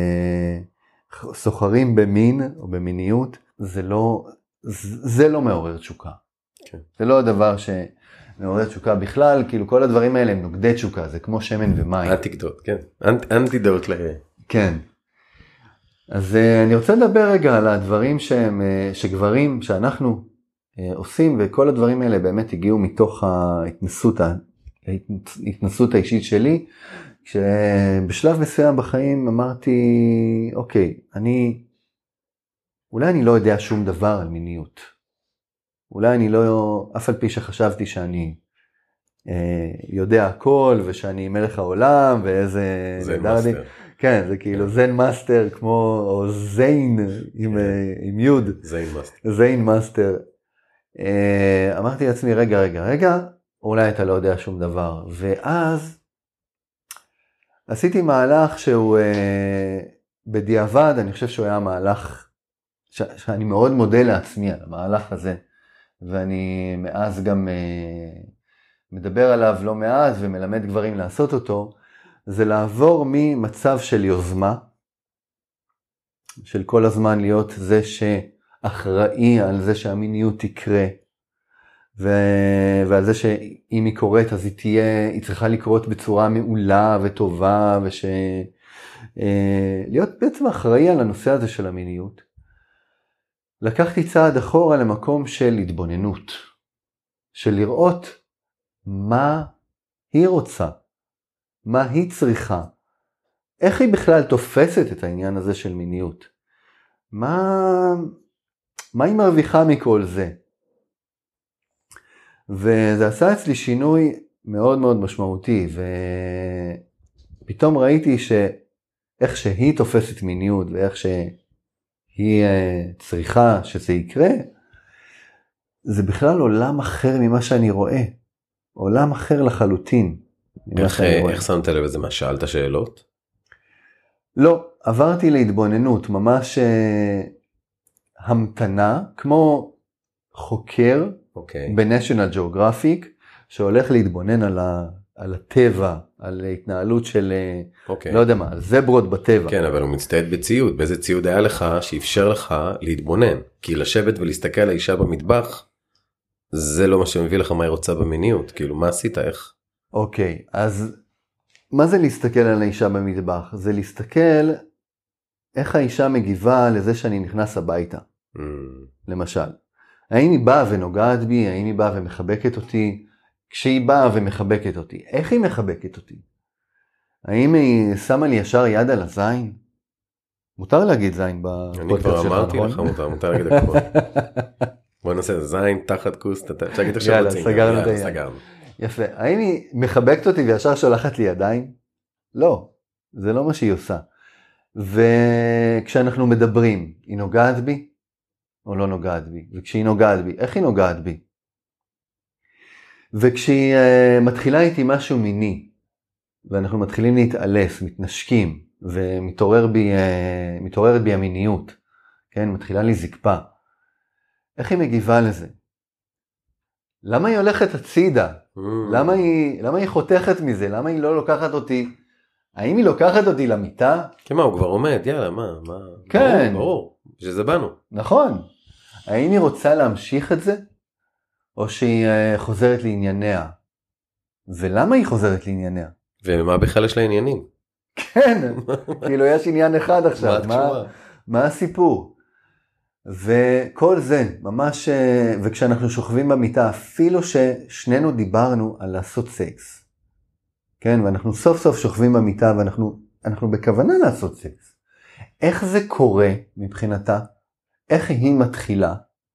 וסוחרים במין או במיניות. זה לא, זה לא מעורר תשוקה. כן. זה לא הדבר ש... מעורר תשוקה בכלל, כאילו כל הדברים האלה הם נוגדי תשוקה, זה כמו שמן ומים. אנטיקדוט, כן. אנט, אנטידוט ל... כן. אז אני רוצה לדבר רגע על הדברים שהם, שגברים, שאנחנו עושים, וכל הדברים האלה באמת הגיעו מתוך ההתנסות, ההתנסות האישית שלי, כשבשלב מסוים בחיים אמרתי, אוקיי, אני, אולי אני לא יודע שום דבר על מיניות. אולי אני לא, אף על פי שחשבתי שאני אה, יודע הכל, ושאני מלך העולם, ואיזה... זן מאסטר. כן, זה כאילו זן מאסטר, כמו, או זיין עם, אה, עם יוד. זיין מאסטר. זיין מאסטר. אה, אמרתי לעצמי, רגע, רגע, רגע, אולי אתה לא יודע שום דבר. ואז עשיתי מהלך שהוא אה, בדיעבד, אני חושב שהוא היה מהלך, ש, שאני מאוד מודה לעצמי על המהלך הזה. ואני מאז גם uh, מדבר עליו לא מעט ומלמד גברים לעשות אותו, זה לעבור ממצב של יוזמה, של כל הזמן להיות זה שאחראי על זה שהמיניות תקרה, ו- ועל זה שאם היא קורית אז היא תהיה, היא צריכה לקרות בצורה מעולה וטובה, וש... uh, להיות בעצם אחראי על הנושא הזה של המיניות. לקחתי צעד אחורה למקום של התבוננות, של לראות מה היא רוצה, מה היא צריכה, איך היא בכלל תופסת את העניין הזה של מיניות, מה, מה היא מרוויחה מכל זה. וזה עשה אצלי שינוי מאוד מאוד משמעותי, ופתאום ראיתי שאיך שהיא תופסת מיניות ואיך ש... היא צריכה שזה יקרה, זה בכלל עולם אחר ממה שאני רואה. עולם אחר לחלוטין. איך, איך שמת לב לזה? מה, שאלת שאלות? לא, עברתי להתבוננות, ממש המתנה, כמו חוקר אוקיי. ב-National Geographic, שהולך להתבונן על, ה, על הטבע, על התנהלות של, אוקיי. לא יודע מה, על זברות בטבע. כן, אבל הוא מצטייד בציוד. באיזה ציוד היה לך שאפשר לך להתבונן? כי לשבת ולהסתכל על האישה במטבח, זה לא מה שמביא לך מה היא רוצה במיניות. כאילו, מה עשית? איך? אוקיי, אז מה זה להסתכל על האישה במטבח? זה להסתכל איך האישה מגיבה לזה שאני נכנס הביתה. Mm. למשל, האם היא באה ונוגעת בי? האם היא באה ומחבקת אותי? כשהיא באה ומחבקת אותי, איך היא מחבקת אותי? האם היא שמה לי ישר יד על הזין? מותר להגיד זין בפודקאסט שלך, נכון? אני כבר אמרתי לך, מותר, מותר להגיד הכל. בוא נעשה זין, תחת כוס, אפשר להגיד עכשיו רוצים. יאללה, סגרנו את היד. יפה. האם היא מחבקת אותי וישר שולחת לי ידיים? לא, זה לא מה שהיא עושה. וכשאנחנו מדברים, היא נוגעת בי או לא נוגעת בי? וכשהיא נוגעת בי, איך היא נוגעת בי? וכשהיא uh, מתחילה איתי משהו מיני, ואנחנו מתחילים להתעלס, מתנשקים, ומתעורר בי, uh, מתעוררת בי המיניות, כן? מתחילה לי זקפה. איך היא מגיבה לזה? למה היא הולכת הצידה? Mm. למה היא, למה היא חותכת מזה? למה היא לא לוקחת אותי? האם היא לוקחת אותי למיטה? כן, מה, הוא כבר עומד, יאללה, מה? מה? כן. ברור, ברור, שזה באנו. נכון. האם היא רוצה להמשיך את זה? או שהיא חוזרת לענייניה. ולמה היא חוזרת לענייניה? ומה בכלל יש לה עניינים? כן, כאילו יש עניין אחד עכשיו. מה, מה הסיפור? וכל זה, ממש, וכשאנחנו שוכבים במיטה, אפילו ששנינו דיברנו על לעשות סקס. כן, ואנחנו סוף סוף שוכבים במיטה, ואנחנו אנחנו בכוונה לעשות סקס. איך זה קורה מבחינתה? איך היא מתחילה?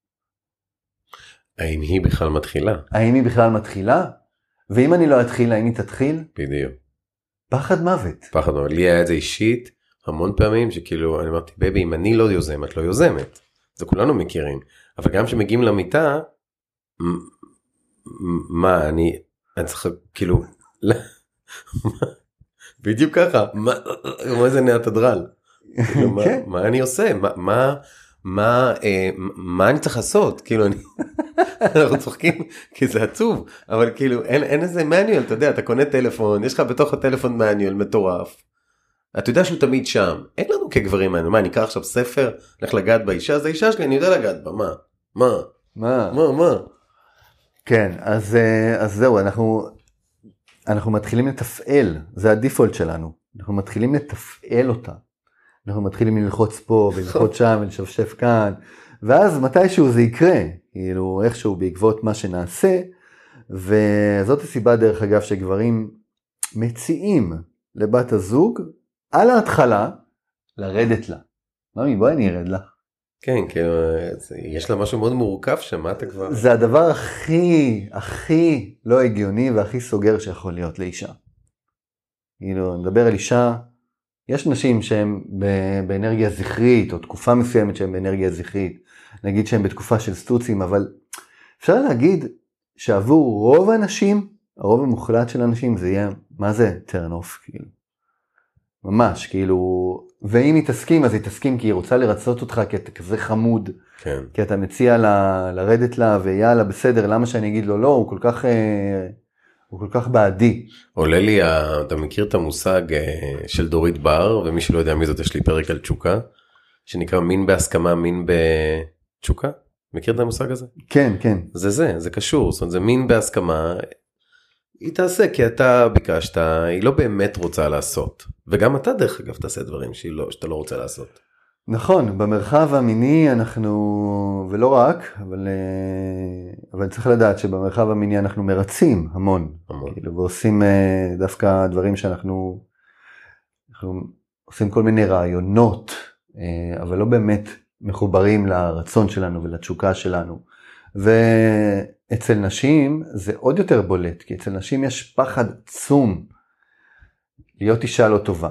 האם היא בכלל מתחילה? האם היא בכלל מתחילה? ואם אני לא אתחיל, האם היא תתחיל? בדיוק. פחד מוות. פחד מוות. לי היה את זה אישית המון פעמים, שכאילו אני אמרתי, בבי, אם אני לא יוזם, את לא יוזמת. זה כולנו מכירים. אבל גם שמגיעים למיטה, מה, אני, אני צריך, כאילו, בדיוק ככה, מה, כמו איזה נאטדרל. מה אני עושה? מה, מה, מה, אה, מה אני צריך לעשות? כאילו, אני, אנחנו צוחקים, כי זה עצוב, אבל כאילו, אין, אין איזה מניול, אתה יודע, אתה קונה טלפון, יש לך בתוך הטלפון מניול מטורף, אתה יודע שהוא תמיד שם, אין לנו כגברים מניול, מה, אני אקרא עכשיו ספר, לך לגעת באישה, זה אישה שלי, אני יודע לגעת בה, מה? מה? מה? מה, מה? כן, אז, אז זהו, אנחנו, אנחנו מתחילים לתפעל, זה הדיפולט שלנו, אנחנו מתחילים לתפעל אותה. אנחנו מתחילים ללחוץ פה וללחוץ שם ולשפשף כאן, ואז מתישהו זה יקרה, כאילו איכשהו בעקבות מה שנעשה, וזאת הסיבה דרך אגב שגברים מציעים לבת הזוג על ההתחלה לרדת לה. ממי, בואי אני ארד לה. כן, כאילו, יש לה משהו מאוד מורכב שם, אתה כבר... זה הדבר הכי, הכי לא הגיוני והכי סוגר שיכול להיות לאישה. כאילו, נדבר על אישה, יש נשים שהן באנרגיה זכרית, או תקופה מסוימת שהן באנרגיה זכרית, נגיד שהן בתקופה של סטוצים, אבל אפשר להגיד שעבור רוב האנשים, הרוב המוחלט של האנשים, זה יהיה, מה זה turn off, כאילו? ממש, כאילו, ואם היא תסכים, אז היא תסכים כי היא רוצה לרצות אותך, כי אתה כזה חמוד, כן. כי אתה מציע לה, לרדת לה, ויאללה, בסדר, למה שאני אגיד לו לא, הוא כל כך... הוא כל כך בעדי. עולה לי, אתה מכיר את המושג של דורית בר, ומי שלא יודע מי זאת, יש לי פרק על תשוקה, שנקרא מין בהסכמה, מין בתשוקה? מכיר את המושג הזה? כן, כן. זה זה, זה קשור, זאת אומרת, זה מין בהסכמה, היא תעשה כי אתה ביקשת, היא לא באמת רוצה לעשות. וגם אתה דרך אגב תעשה דברים לא, שאתה לא רוצה לעשות. נכון, במרחב המיני אנחנו, ולא רק, אבל, אבל צריך לדעת שבמרחב המיני אנחנו מרצים המון. המון. כאילו, ועושים דווקא דברים שאנחנו אנחנו עושים כל מיני רעיונות, אבל לא באמת מחוברים לרצון שלנו ולתשוקה שלנו. ואצל נשים זה עוד יותר בולט, כי אצל נשים יש פחד עצום להיות אישה לא טובה.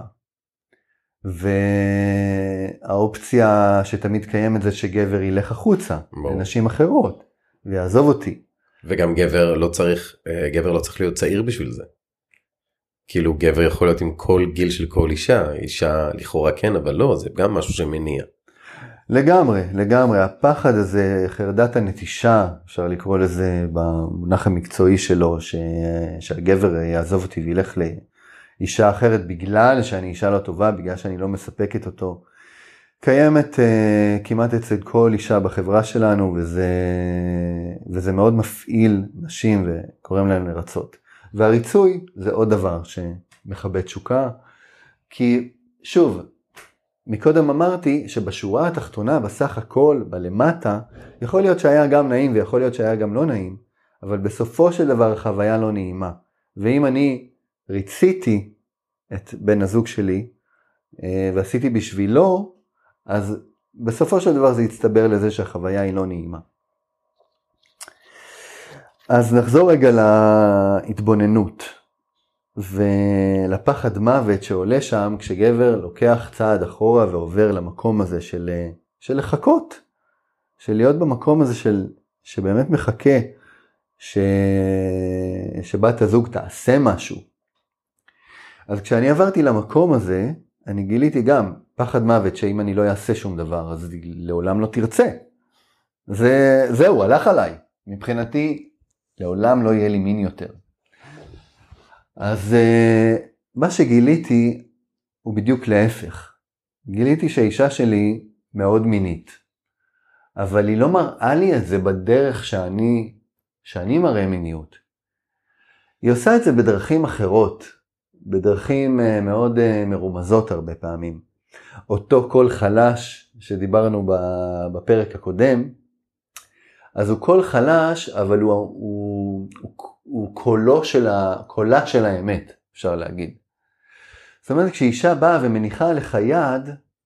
והאופציה שתמיד קיימת זה שגבר ילך החוצה לנשים אחרות ויעזוב אותי. וגם גבר לא צריך, גבר לא צריך להיות צעיר בשביל זה. כאילו גבר יכול להיות עם כל גיל של כל אישה, אישה לכאורה כן, אבל לא, זה גם משהו שמניע. לגמרי, לגמרי. הפחד הזה, חרדת הנטישה, אפשר לקרוא לזה במונח המקצועי שלו, ש... שהגבר יעזוב אותי וילך לאישה אחרת בגלל שאני אישה לא טובה, בגלל שאני לא מספקת אותו. קיימת uh, כמעט אצל כל אישה בחברה שלנו, וזה, וזה מאוד מפעיל נשים וקוראים להם לרצות. והריצוי זה עוד דבר שמכבה תשוקה, כי שוב, מקודם אמרתי שבשורה התחתונה, בסך הכל, בלמטה, יכול להיות שהיה גם נעים ויכול להיות שהיה גם לא נעים, אבל בסופו של דבר החוויה לא נעימה. ואם אני ריציתי את בן הזוג שלי, ועשיתי בשבילו, אז בסופו של דבר זה יצטבר לזה שהחוויה היא לא נעימה. אז נחזור רגע להתבוננות. ולפחד מוות שעולה שם כשגבר לוקח צעד אחורה ועובר למקום הזה של, של לחכות, של להיות במקום הזה של, שבאמת מחכה ש, שבת הזוג תעשה משהו. אז כשאני עברתי למקום הזה, אני גיליתי גם פחד מוות שאם אני לא אעשה שום דבר, אז לעולם לא תרצה. זה, זהו, הלך עליי. מבחינתי, לעולם לא יהיה לי מין יותר. אז uh, מה שגיליתי הוא בדיוק להפך. גיליתי שהאישה שלי מאוד מינית, אבל היא לא מראה לי את זה בדרך שאני, שאני מראה מיניות. היא עושה את זה בדרכים אחרות, בדרכים uh, מאוד uh, מרומזות הרבה פעמים. אותו קול חלש שדיברנו בפרק הקודם, אז הוא קול חלש, אבל הוא, הוא, הוא, הוא קולו של ה, קולה של האמת, אפשר להגיד. זאת אומרת, כשאישה באה ומניחה עליך יד,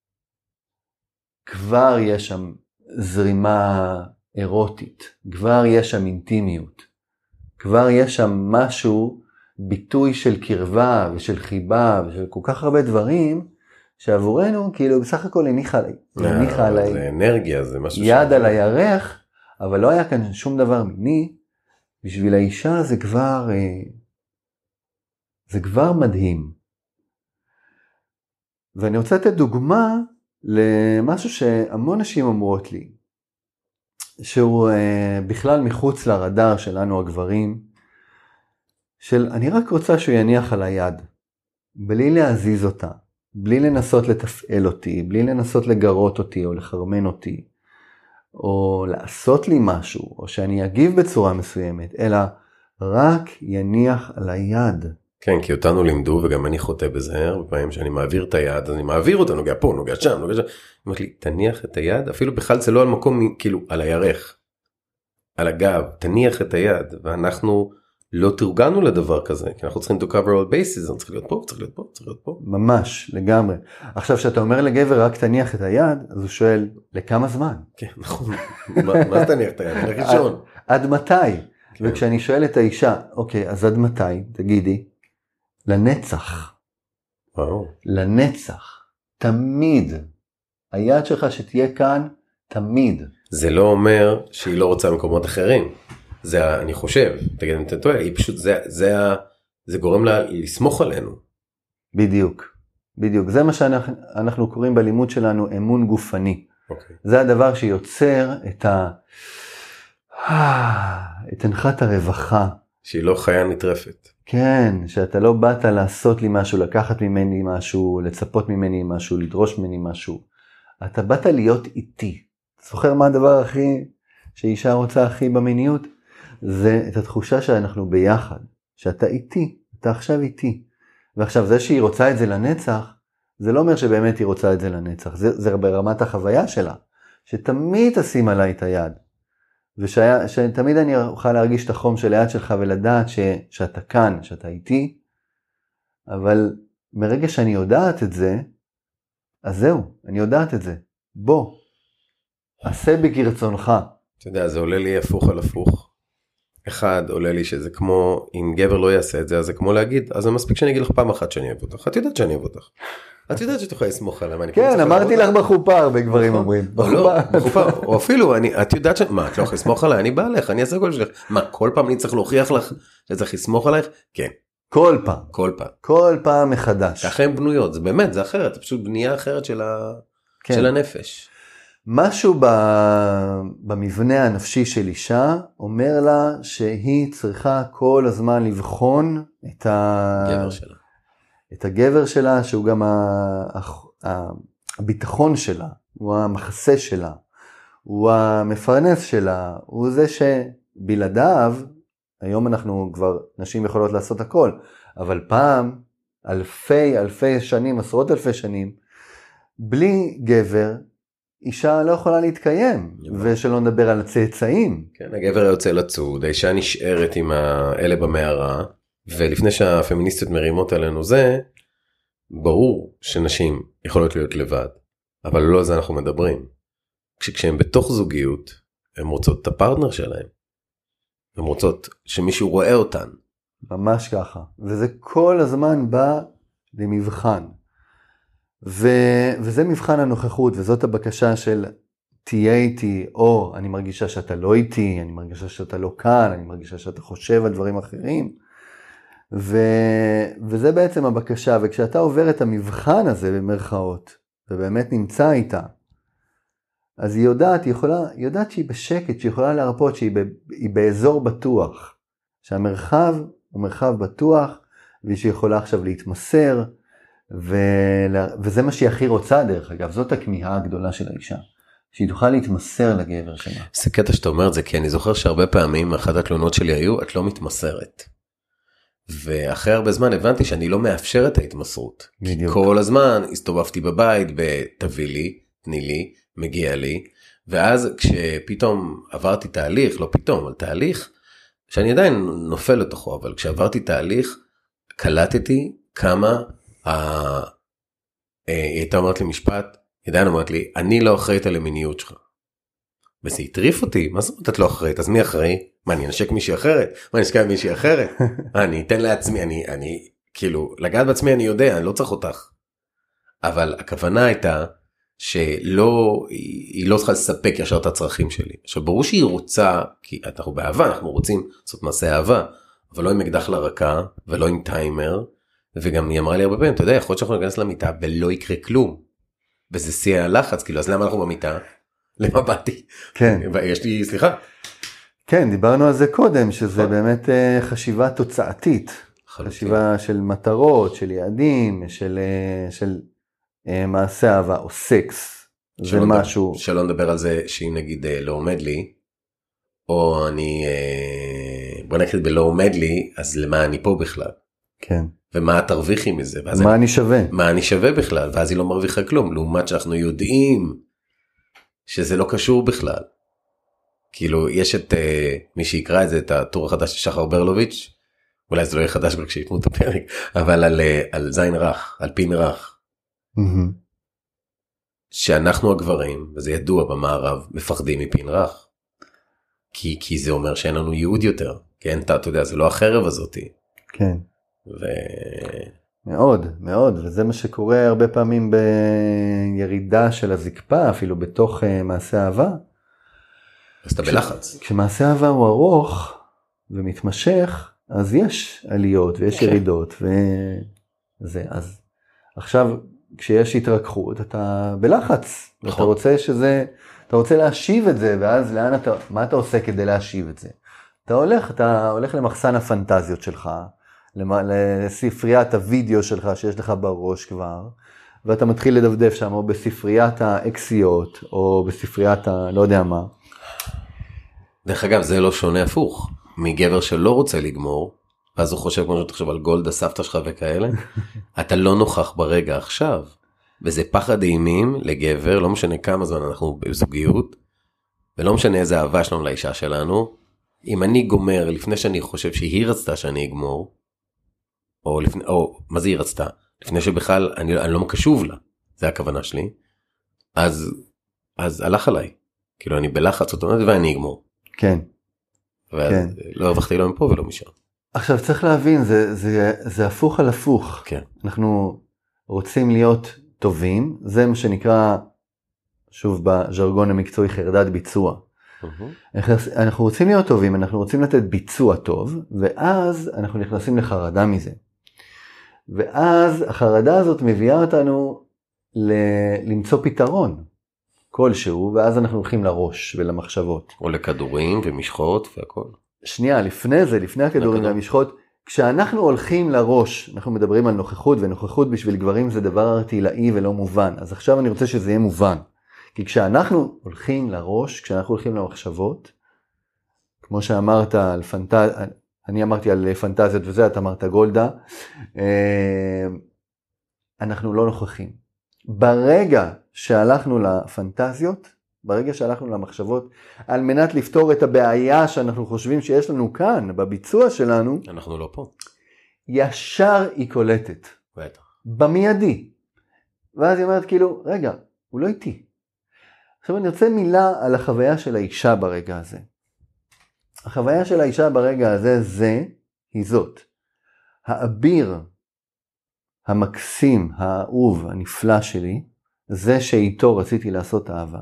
כבר יש שם זרימה אירוטית, כבר יש שם אינטימיות, כבר יש שם משהו, ביטוי של קרבה ושל חיבה ושל כל כך הרבה דברים, שעבורנו כאילו בסך הכל הניחה עליי, זה אנרגיה, זה משהו יד על הירח, אבל לא היה כאן שום דבר מיני. בשביל האישה זה כבר, זה כבר מדהים. ואני רוצה לתת דוגמה למשהו שהמון נשים אומרות לי, שהוא בכלל מחוץ לרדאר שלנו הגברים, של אני רק רוצה שהוא יניח על היד, בלי להזיז אותה, בלי לנסות לתפעל אותי, בלי לנסות לגרות אותי או לחרמן אותי, או לעשות לי משהו, או שאני אגיב בצורה מסוימת, אלא רק יניח על היד. כן, כי אותנו לימדו, וגם אני חוטא בזה, הרבה פעמים שאני מעביר את היד, אז אני מעביר אותה, נוגע פה, נוגע שם, נוגע שם. אני אומרת לי, תניח את היד, אפילו בכלל זה לא על מקום, כאילו, על הירך, על הגב, תניח את היד, ואנחנו לא תורגלנו לדבר כזה, כי אנחנו צריכים to cover all bases, אנחנו צריכים להיות פה, צריך להיות פה, צריך להיות פה. ממש, לגמרי. עכשיו, שאתה אומר לגבר, רק תניח את היד, אז הוא שואל, לכמה זמן? כן, נכון. מה זה תניח את היד? אני ראשון. עד מתי? וכשאני שואל את האישה, אוקיי, אז עד מתי? תגידי, לנצח. וואו. לנצח. תמיד. היד שלך שתהיה כאן, תמיד. זה לא אומר שהיא לא רוצה מקומות אחרים. זה, אני חושב, תגיד, אתה טועה, היא פשוט, זה, זה, זה גורם לה לסמוך עלינו. בדיוק. בדיוק. זה מה שאנחנו קוראים בלימוד שלנו אמון גופני. אוקיי. זה הדבר שיוצר את ה... את הנחת הרווחה. שהיא לא חיה נטרפת. כן, שאתה לא באת לעשות לי משהו, לקחת ממני משהו, לצפות ממני משהו, לדרוש ממני משהו. אתה באת להיות איתי. זוכר מה הדבר הכי, שאישה רוצה הכי במיניות? זה את התחושה שאנחנו ביחד. שאתה איתי, אתה עכשיו איתי. ועכשיו זה שהיא רוצה את זה לנצח, זה לא אומר שבאמת היא רוצה את זה לנצח. זה, זה ברמת החוויה שלה. שתמיד תשים עליי את היד. ושתמיד אני אוכל להרגיש את החום של היד שלך ולדעת ש, שאתה כאן, שאתה איתי, אבל מרגע שאני יודעת את זה, אז זהו, אני יודעת את זה. בוא, עשה בגרצונך. אתה יודע, זה עולה לי הפוך על הפוך. אחד עולה לי שזה כמו, אם גבר לא יעשה את זה, אז זה כמו להגיד, אז זה מספיק שאני אגיד לך פעם אחת שאני אוהב אותך. את יודעת שאני אוהב אותך. את יודעת שאת יכולה לסמוך עליי. כן, אמרתי לך בחופה הרבה גברים אומרים. בחופה, או אפילו, את יודעת ש... מה, את לא יכולה לסמוך עליי? אני בא לך, אני אעשה כל שלך. מה, כל פעם אני צריך להוכיח לך שצריך לסמוך עלייך? כן. כל פעם. כל פעם. כל פעם מחדש. ככה הן בנויות, זה באמת, זה אחרת, זה פשוט בנייה אחרת של הנפש. משהו במבנה הנפשי של אישה אומר לה שהיא צריכה כל הזמן לבחון את, ה... שלה. את הגבר שלה, שהוא גם הביטחון שלה, הוא המחסה שלה, הוא המפרנס שלה, הוא זה שבלעדיו, היום אנחנו כבר, נשים יכולות לעשות הכל, אבל פעם, אלפי אלפי שנים, עשרות אלפי שנים, בלי גבר, אישה לא יכולה להתקיים, ושלא נדבר על הצאצאים. כן, הגבר יוצא לצוד, האישה נשארת עם האלה במערה, ולפני שהפמיניסטיות מרימות עלינו זה, ברור שנשים יכולות להיות לבד, אבל לא על זה אנחנו מדברים. כשהן בתוך זוגיות, הן רוצות את הפרטנר שלהן. הן רוצות שמישהו רואה אותן. ממש ככה. וזה כל הזמן בא למבחן. ו... וזה מבחן הנוכחות, וזאת הבקשה של תהיה איתי, או אני מרגישה שאתה לא איתי, אני מרגישה שאתה לא כאן, אני מרגישה שאתה חושב על דברים אחרים. ו... וזה בעצם הבקשה, וכשאתה עובר את המבחן הזה במרכאות, ובאמת נמצא איתה, אז היא יודעת, היא יכולה, היא יודעת שהיא בשקט, שהיא יכולה להרפות, שהיא ב... היא באזור בטוח, שהמרחב הוא מרחב בטוח, ושהיא יכולה עכשיו להתמסר, ו... וזה מה שהיא הכי רוצה דרך אגב, זאת הכמיהה הגדולה של האישה, שהיא תוכל להתמסר לגבר שלה. זה קטע שאתה אומר את זה, כי אני זוכר שהרבה פעמים אחת התלונות שלי היו, את לא מתמסרת. ואחרי הרבה זמן הבנתי שאני לא מאפשר את ההתמסרות. בדיוק. כל הזמן הסתובבתי בבית ותביא לי, תני לי, מגיע לי, ואז כשפתאום עברתי תהליך, לא פתאום, אבל תהליך, שאני עדיין נופל לתוכו, אבל כשעברתי תהליך, קלטתי כמה, ה... היא הייתה אומרת לי משפט, היא עדיין אומרת לי, אני לא אחראית על המיניות שלך. וזה הטריף אותי, מה זאת אומרת את לא אחראית? אז מי אחראי? מה, אני אנשק מישהי אחרת? מה, אני אשכב עם מישהי אחרת? אני אתן לעצמי, אני, אני, כאילו, לגעת בעצמי אני יודע, אני לא צריך אותך. אבל הכוונה הייתה, שלא, היא לא צריכה לספק ישר את הצרכים שלי. עכשיו, ברור שהיא רוצה, כי אנחנו באהבה, אנחנו רוצים לעשות מעשה אהבה, אבל לא עם אקדח לרקה, ולא עם טיימר, וגם היא אמרה לי הרבה פעמים, אתה יודע, יכול להיות שאנחנו ניכנס למיטה, ולא יקרה כלום. וזה שיא הלחץ, כאילו, אז למה אנחנו במיטה? למה באתי? כן. יש לי, סליחה. כן, דיברנו על זה קודם, שזה באמת חשיבה תוצאתית. חשיבה של מטרות, של יעדים, של, של מעשה אהבה או סקס. זה משהו. שלא נדבר על זה שאם נגיד לא עומד לי, או אני, בוא נגיד בלא עומד לי, אז למה אני פה בכלל? כן. ומה תרוויחי מזה? מה אני שווה? מה אני שווה בכלל? ואז היא לא מרוויחה כלום, לעומת שאנחנו יודעים שזה לא קשור בכלל. כאילו, יש את, מי שיקרא את זה, את הטור החדש של שחר ברלוביץ', אולי זה לא יהיה חדש כשיתמו את הפרק, אבל על, על זין רך, על פין רך. Mm-hmm. שאנחנו הגברים, וזה ידוע במערב, מפחדים מפין רך. כי, כי זה אומר שאין לנו ייעוד יותר. כן, אתה, אתה יודע, זה לא החרב הזאתי. כן. ו... מאוד, מאוד, וזה מה שקורה הרבה פעמים בירידה של הזקפה, אפילו בתוך uh, מעשה אהבה. אז אתה בלחץ. כשמעשה אהבה הוא ארוך ומתמשך, אז יש עליות ויש כן. ירידות, וזה, אז עכשיו, כשיש התרככות, אתה בלחץ, נכון. ואתה רוצה שזה, אתה רוצה להשיב את זה, ואז לאן אתה, מה אתה עושה כדי להשיב את זה? אתה הולך, אתה הולך למחסן הפנטזיות שלך, לספריית הוידאו שלך שיש לך בראש כבר, ואתה מתחיל לדפדף שם, או בספריית האקסיות, או בספריית ה... לא יודע מה. דרך אגב, זה לא שונה הפוך. מגבר שלא רוצה לגמור, אז הוא חושב כמו שאתה חושב על גולדה, סבתא שלך וכאלה, אתה לא נוכח ברגע עכשיו. וזה פחד אימים לגבר, לא משנה כמה זמן אנחנו בזוגיות, ולא משנה איזה אהבה שלנו לאישה שלנו, אם אני גומר לפני שאני חושב שהיא רצתה שאני אגמור, או לפני, או מה זה היא רצתה? לפני שבכלל אני, אני לא מקשוב לה, זה הכוונה שלי, אז, אז הלך עליי. כאילו אני בלחץ אוטומטי ואני אגמור. כן. ואז כן. לא הרווחתי לא מפה ולא משם. עכשיו צריך להבין, זה, זה, זה הפוך על הפוך. כן. אנחנו רוצים להיות טובים, זה מה שנקרא, שוב בז'רגון המקצועי, חרדת ביצוע. Mm-hmm. אנחנו רוצים להיות טובים, אנחנו רוצים לתת ביצוע טוב, ואז אנחנו נכנסים לחרדה מזה. ואז החרדה הזאת מביאה אותנו ל- למצוא פתרון. כלשהו, ואז אנחנו הולכים לראש ולמחשבות. או לכדורים ומשחות והכל. שנייה, לפני זה, לפני הכדורים והמשחות, כשאנחנו הולכים לראש, אנחנו מדברים על נוכחות, ונוכחות בשביל גברים זה דבר ארטילאי ולא מובן. אז עכשיו אני רוצה שזה יהיה מובן. כי כשאנחנו הולכים לראש, כשאנחנו הולכים למחשבות, כמו שאמרת על פנטז... אני אמרתי על פנטזיות וזה, אתה אמרת גולדה, אנחנו לא נוכחים. ברגע שהלכנו לפנטזיות, ברגע שהלכנו למחשבות, על מנת לפתור את הבעיה שאנחנו חושבים שיש לנו כאן, בביצוע שלנו, אנחנו לא פה. ישר היא קולטת. בטח. במיידי. ואז היא אומרת כאילו, רגע, הוא לא איתי. עכשיו אני רוצה מילה על החוויה של האישה ברגע הזה. החוויה של האישה ברגע הזה זה, היא זאת. האביר, המקסים, האהוב, הנפלא שלי, זה שאיתו רציתי לעשות אהבה.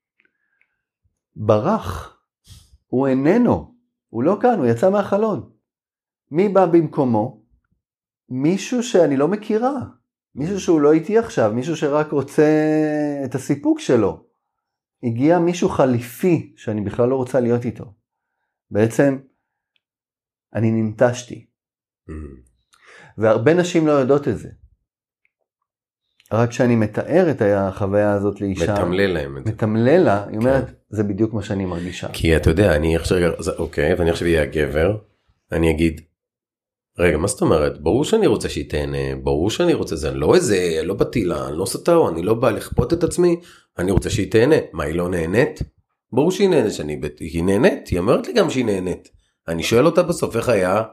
ברח, הוא איננו, הוא לא כאן, הוא יצא מהחלון. מי בא במקומו? מישהו שאני לא מכירה, מישהו שהוא לא איתי עכשיו, מישהו שרק רוצה את הסיפוק שלו. הגיע מישהו חליפי שאני בכלל לא רוצה להיות איתו. בעצם אני ננטשתי. Mm-hmm. והרבה נשים לא יודעות את זה. רק כשאני מתאר את החוויה הזאת לאישה, מתמלל להם את זה. מתמלל לה, היא אומרת, כן. זה בדיוק מה שאני מרגישה. כי אתה יודע, אני עכשיו, אוקיי, ואני עכשיו אהיה הגבר, אני אגיד, רגע, מה זאת אומרת? ברור שאני רוצה שהיא תהנה, ברור שאני רוצה זה, אני לא איזה, לא בתילה, אני לא סתאו, אני לא בא לכפות את עצמי, אני רוצה שהיא תהנה. מה, היא לא נהנית? ברור שהיא נהנית, שאני, היא נהנית, היא אומרת לי גם שהיא נהנית. אני שואל אותה בסוף, איך היה?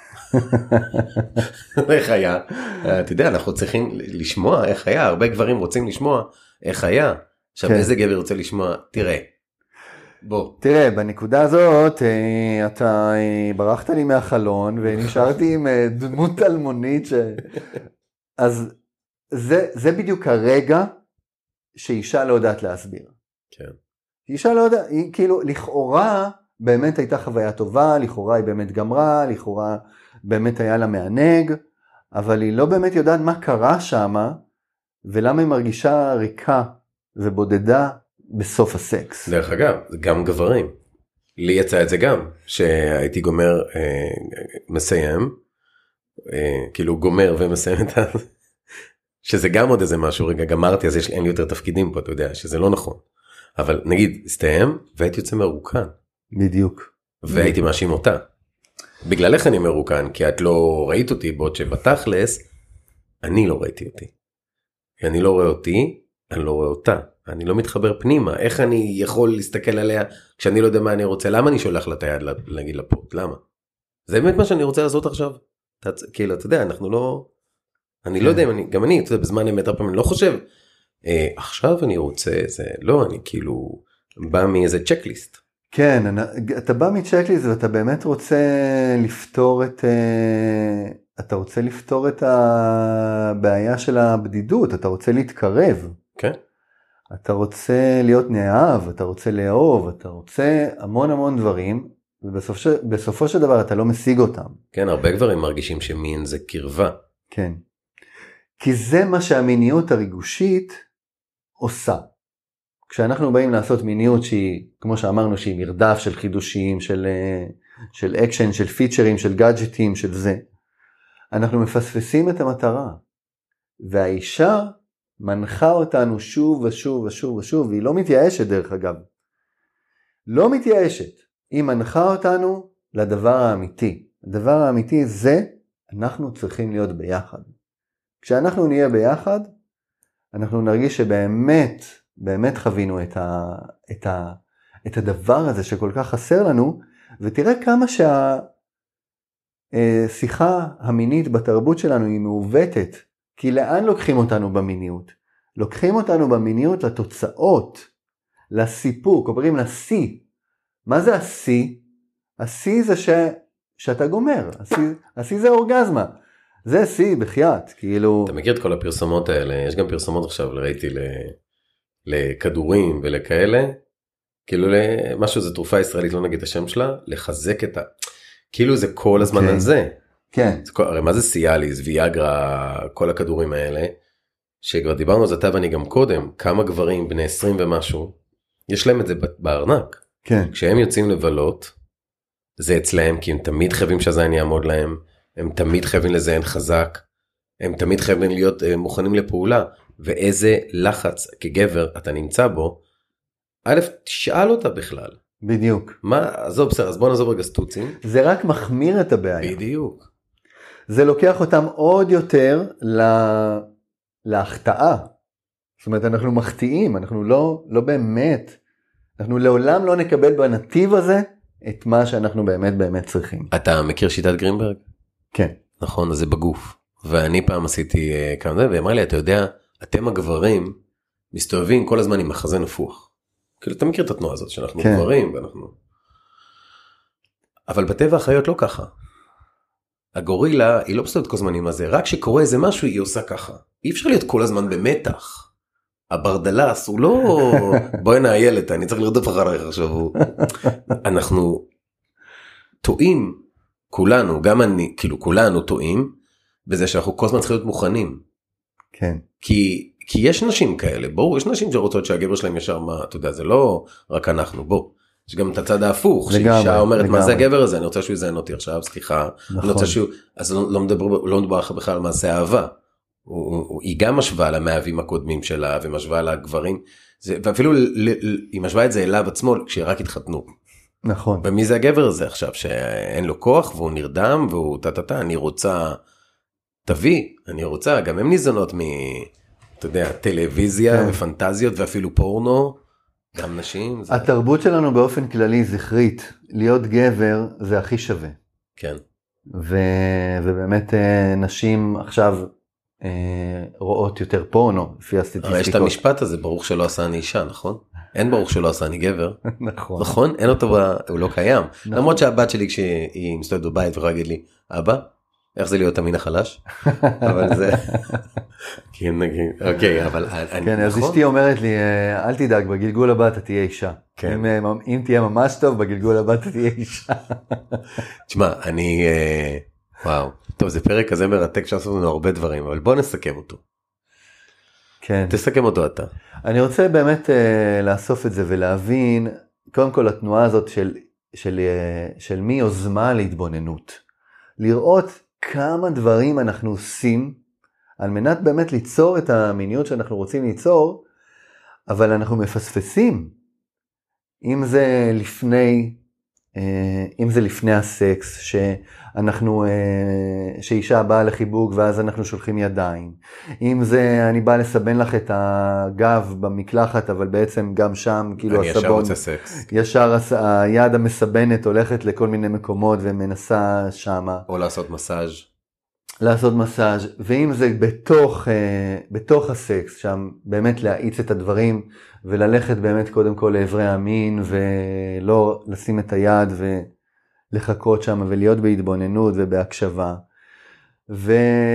איך היה? אתה יודע, אנחנו צריכים לשמוע איך היה, הרבה גברים רוצים לשמוע איך היה. עכשיו, איזה גבר רוצה לשמוע? תראה. בוא. תראה, בנקודה הזאת, אתה ברחת לי מהחלון, ונשארתי עם דמות אלמונית, ש... אז זה, זה בדיוק הרגע שאישה לא יודעת להסביר. כן. אישה לא יודעת, היא כאילו, לכאורה, באמת הייתה חוויה טובה, לכאורה היא באמת גמרה, לכאורה באמת היה לה מענג, אבל היא לא באמת יודעת מה קרה שם, ולמה היא מרגישה ריקה ובודדה בסוף הסקס. דרך אגב, גם גברים. לי יצא את זה גם, שהייתי גומר, אה, מסיים, אה, כאילו גומר ומסיים את ה... שזה גם עוד איזה משהו, רגע גמרתי, אז יש, אין לי יותר תפקידים פה, אתה יודע, שזה לא נכון. אבל נגיד, הסתיים, והייתי יוצא מרוקן. בדיוק. והייתי מאשים אותה. בגללך אני מרוקן, כי את לא ראית אותי, בעוד שבתכלס, אני לא ראיתי אותי. אני לא רואה אותי, אני לא רואה אותה. אני לא מתחבר פנימה. איך אני יכול להסתכל עליה, כשאני לא יודע מה אני רוצה? למה אני שולח לה את היד להגיד לפות? למה? זה באמת מה שאני רוצה לעשות עכשיו. כאילו, אתה יודע, אנחנו לא... אני לא יודע אם אני... גם אני, אתה יודע, בזמן אמת הרבה פעמים, אני לא חושב... עכשיו אני רוצה, זה לא, אני כאילו בא מאיזה צ'קליסט. כן, אתה בא מצ'קליסט ואתה באמת רוצה לפתור את, אתה רוצה לפתור את הבעיה של הבדידות, אתה רוצה להתקרב. כן. אתה רוצה להיות נאהב, אתה רוצה לאהוב, אתה רוצה המון המון דברים, ובסופו של דבר אתה לא משיג אותם. כן, הרבה גברים מרגישים שמין זה קרבה. כן. כי זה מה שהמיניות הריגושית עושה. כשאנחנו באים לעשות מיניות שהיא, כמו שאמרנו, שהיא מרדף של חידושים, של, של אקשן, של פיצ'רים, של גאדג'טים, של זה, אנחנו מפספסים את המטרה. והאישה מנחה אותנו שוב ושוב ושוב ושוב, והיא לא מתייאשת דרך אגב. לא מתייאשת. היא מנחה אותנו לדבר האמיתי. הדבר האמיתי זה, אנחנו צריכים להיות ביחד. כשאנחנו נהיה ביחד, אנחנו נרגיש שבאמת, באמת חווינו את, ה, את, ה, את הדבר הזה שכל כך חסר לנו, ותראה כמה שהשיחה המינית בתרבות שלנו היא מעוותת, כי לאן לוקחים אותנו במיניות? לוקחים אותנו במיניות לתוצאות, לסיפוק, אומרים לשיא. מה זה השיא? השיא זה ש, שאתה גומר, השיא, השיא זה אורגזמה. זה שיא בחייאת, כאילו... אתה מכיר את כל הפרסומות האלה, יש גם פרסומות עכשיו, ראיתי לכדורים ולכאלה, כאילו משהו, זה תרופה ישראלית, לא נגיד את השם שלה, לחזק את ה... כאילו זה כל הזמן על זה. כן. הרי מה זה סיאליס, ויאגרה, כל הכדורים האלה, שכבר דיברנו על זה אתה ואני גם קודם, כמה גברים בני עשרים ומשהו, יש להם את זה בארנק. כן. כשהם יוצאים לבלות, זה אצלהם, כי הם תמיד חייבים שהזין יעמוד להם, הם תמיד חייבים לזיין חזק, הם תמיד חייבים להיות uh, מוכנים לפעולה, ואיזה לחץ כגבר אתה נמצא בו, א', תשאל אותה בכלל. בדיוק. מה, עזוב בסדר, אז בוא נעזוב רגע סטוצים. זה רק מחמיר את הבעיה. בדיוק. זה לוקח אותם עוד יותר לה... להחטאה. זאת אומרת, אנחנו מחטיאים, אנחנו לא, לא באמת, אנחנו לעולם לא נקבל בנתיב הזה את מה שאנחנו באמת באמת צריכים. אתה מכיר שיטת גרינברג? כן. נכון, אז זה בגוף. ואני פעם עשיתי uh, כמה זה, ואמרה לי, אתה יודע, אתם הגברים מסתובבים כל הזמן עם מחזן הפוך. כאילו, אתה מכיר את התנועה הזאת, שאנחנו כן. גברים, ואנחנו... אבל בטבע החיות לא ככה. הגורילה, היא לא מסתובבת כל הזמן עם הזה, רק שקורה איזה משהו, היא עושה ככה. אי אפשר להיות כל הזמן במתח. הברדלס הוא לא, בואי נעיילת, אני צריך לרדוף אחריך עכשיו. אנחנו טועים, כולנו, גם אני, כאילו כולנו טועים, בזה שאנחנו כל הזמן צריכים להיות מוכנים. כן. כי, כי יש נשים כאלה, בואו, יש נשים שרוצות שהגבר שלהם ישר מה, אתה יודע, זה לא רק אנחנו, בוא. יש גם את הצד ההפוך, שאישה אומרת, מה זה הגבר הזה? אני רוצה שהוא יזיין אותי עכשיו, סליחה. נכון. אני רוצה שהוא, אז לא, לא מדבר, לא מדבר בכלל על מעשה אהבה. הוא, הוא, היא גם משווה למאהבים הקודמים שלה, ומשווה לגברים, זה, ואפילו ל, ל, היא משווה את זה אליו עצמו, כשהיא רק התחתנו. נכון. ומי זה הגבר הזה עכשיו, שאין לו כוח, והוא נרדם, והוא טה-טה-טה, אני רוצה, תביא, אני רוצה, גם הם ניזונות מ, אתה יודע, טלוויזיה, כן. ופנטזיות, ואפילו פורנו, גם נשים. זה... התרבות שלנו באופן כללי זכרית, להיות גבר זה הכי שווה. כן. ו, ובאמת נשים עכשיו, רואות יותר פורנו, לפי הסטטיסטיקות. יש את המשפט הזה, ברוך שלא עשה אני אישה, נכון? אין ברוך שלא עשה אני גבר. נכון. נכון? אין אותו, הוא לא קיים. למרות שהבת שלי כשהיא מסתובבת בבית ויכולה להגיד לי, אבא, איך זה להיות המין החלש? אבל זה... כן, נגיד, אוקיי, אבל... כן, אז אשתי אומרת לי, אל תדאג, בגלגול הבא אתה תהיה אישה. אם תהיה ממש טוב, בגלגול הבא אתה תהיה אישה. תשמע, אני... וואו, טוב, זה פרק כזה מרתק שעשו לנו הרבה דברים, אבל בוא נסכם אותו. כן. תסכם אותו אתה. אני רוצה באמת uh, לאסוף את זה ולהבין, קודם כל התנועה הזאת של, של, uh, של מי יוזמה להתבוננות. לראות כמה דברים אנחנו עושים, על מנת באמת ליצור את המיניות שאנחנו רוצים ליצור, אבל אנחנו מפספסים. אם זה לפני... אם זה לפני הסקס, שאנחנו, שאישה באה לחיבוק ואז אנחנו שולחים ידיים. אם זה אני בא לסבן לך את הגב במקלחת, אבל בעצם גם שם, כאילו הסבון, ישר רוצה סקס. ישר היד המסבנת הולכת לכל מיני מקומות ומנסה שמה. או לעשות מסאז'. לעשות מסאז', ואם זה בתוך, בתוך הסקס, שם באמת להאיץ את הדברים, וללכת באמת קודם כל לעברי המין, ולא לשים את היד ולחכות שם, ולהיות בהתבוננות ובהקשבה. ו...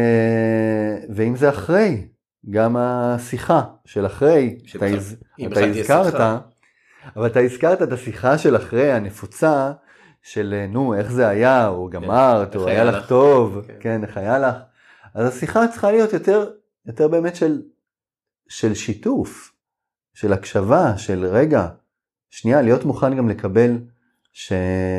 ואם זה אחרי, גם השיחה של אחרי, שאתה הז... אתה הזכרת, אבל אתה הזכרת את השיחה של אחרי הנפוצה, של נו, איך זה היה, או גמרת, או היה לך טוב, כן, איך היה לך. אז השיחה צריכה להיות יותר, יותר באמת של, של שיתוף, של הקשבה, של רגע, שנייה, להיות מוכן גם לקבל, שאתה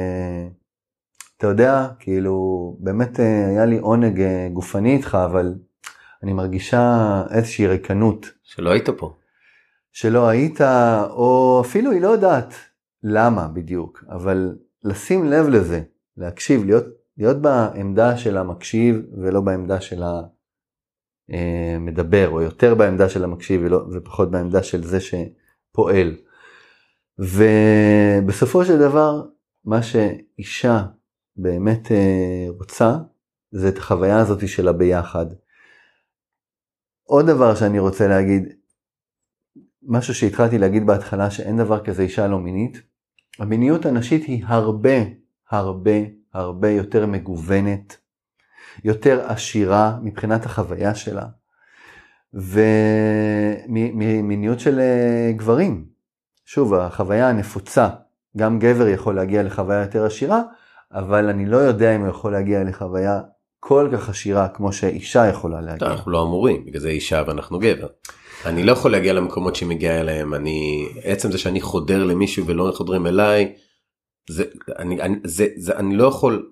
יודע, כאילו, באמת היה לי עונג גופני איתך, אבל אני מרגישה איזושהי ריקנות. שלא היית פה. שלא היית, או אפילו היא לא יודעת למה בדיוק, אבל... לשים לב לזה, להקשיב, להיות, להיות בעמדה של המקשיב ולא בעמדה של המדבר, או יותר בעמדה של המקשיב ולא, ופחות בעמדה של זה שפועל. ובסופו של דבר, מה שאישה באמת רוצה, זה את החוויה הזאת שלה ביחד. עוד דבר שאני רוצה להגיד, משהו שהתחלתי להגיד בהתחלה, שאין דבר כזה אישה לא מינית, המיניות הנשית היא הרבה, הרבה, הרבה יותר מגוונת, יותר עשירה מבחינת החוויה שלה, ומיניות של גברים. שוב, החוויה הנפוצה, גם גבר יכול להגיע לחוויה יותר עשירה, אבל אני לא יודע אם הוא יכול להגיע לחוויה כל כך עשירה כמו שאישה יכולה להגיע. אנחנו לא אמורים, בגלל זה אישה ואנחנו גבר. אני לא יכול להגיע למקומות שהיא מגיעה אליהם, אני, עצם זה שאני חודר למישהו ולא חודרים אליי, זה, אני, אני, זה, זה, אני לא יכול,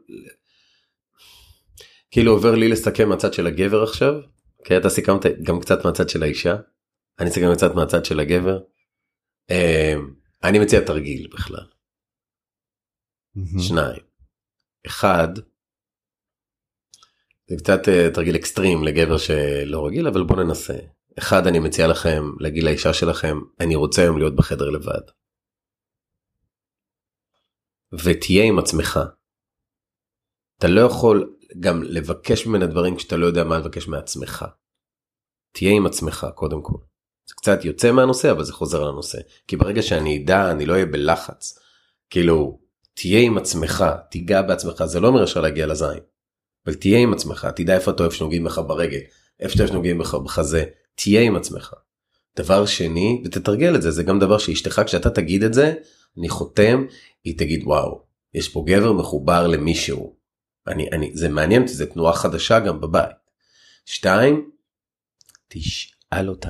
כאילו עובר לי לסכם מהצד של הגבר עכשיו, כי אתה סיכמת גם קצת מהצד של האישה, אני סיכם קצת מהצד של הגבר, אני מציע תרגיל בכלל. שניים. אחד, זה קצת תרגיל אקסטרים לגבר שלא רגיל, אבל בוא ננסה. אחד, אני מציע לכם, להגיד לאישה שלכם, אני רוצה היום להיות בחדר לבד. ותהיה עם עצמך. אתה לא יכול גם לבקש ממנה דברים כשאתה לא יודע מה לבקש מעצמך. תהיה עם עצמך, קודם כל. זה קצת יוצא מהנושא, אבל זה חוזר לנושא. כי ברגע שאני אדע, אני לא אהיה בלחץ. כאילו, תהיה עם עצמך, תיגע בעצמך, זה לא אומר אפשר להגיע לזין. אבל תהיה עם עצמך, תדע איפה אתה אוהב שנוגעים בך ברגל, איפה אתה שנוגעים בך בחזה, תהיה עם עצמך. דבר שני, ותתרגל את זה, זה גם דבר שאשתך, כשאתה תגיד את זה, אני חותם, היא תגיד, וואו, יש פה גבר מחובר למישהו. אני, אני, זה מעניין, זה תנועה חדשה גם בבית. שתיים, תשאל אותה.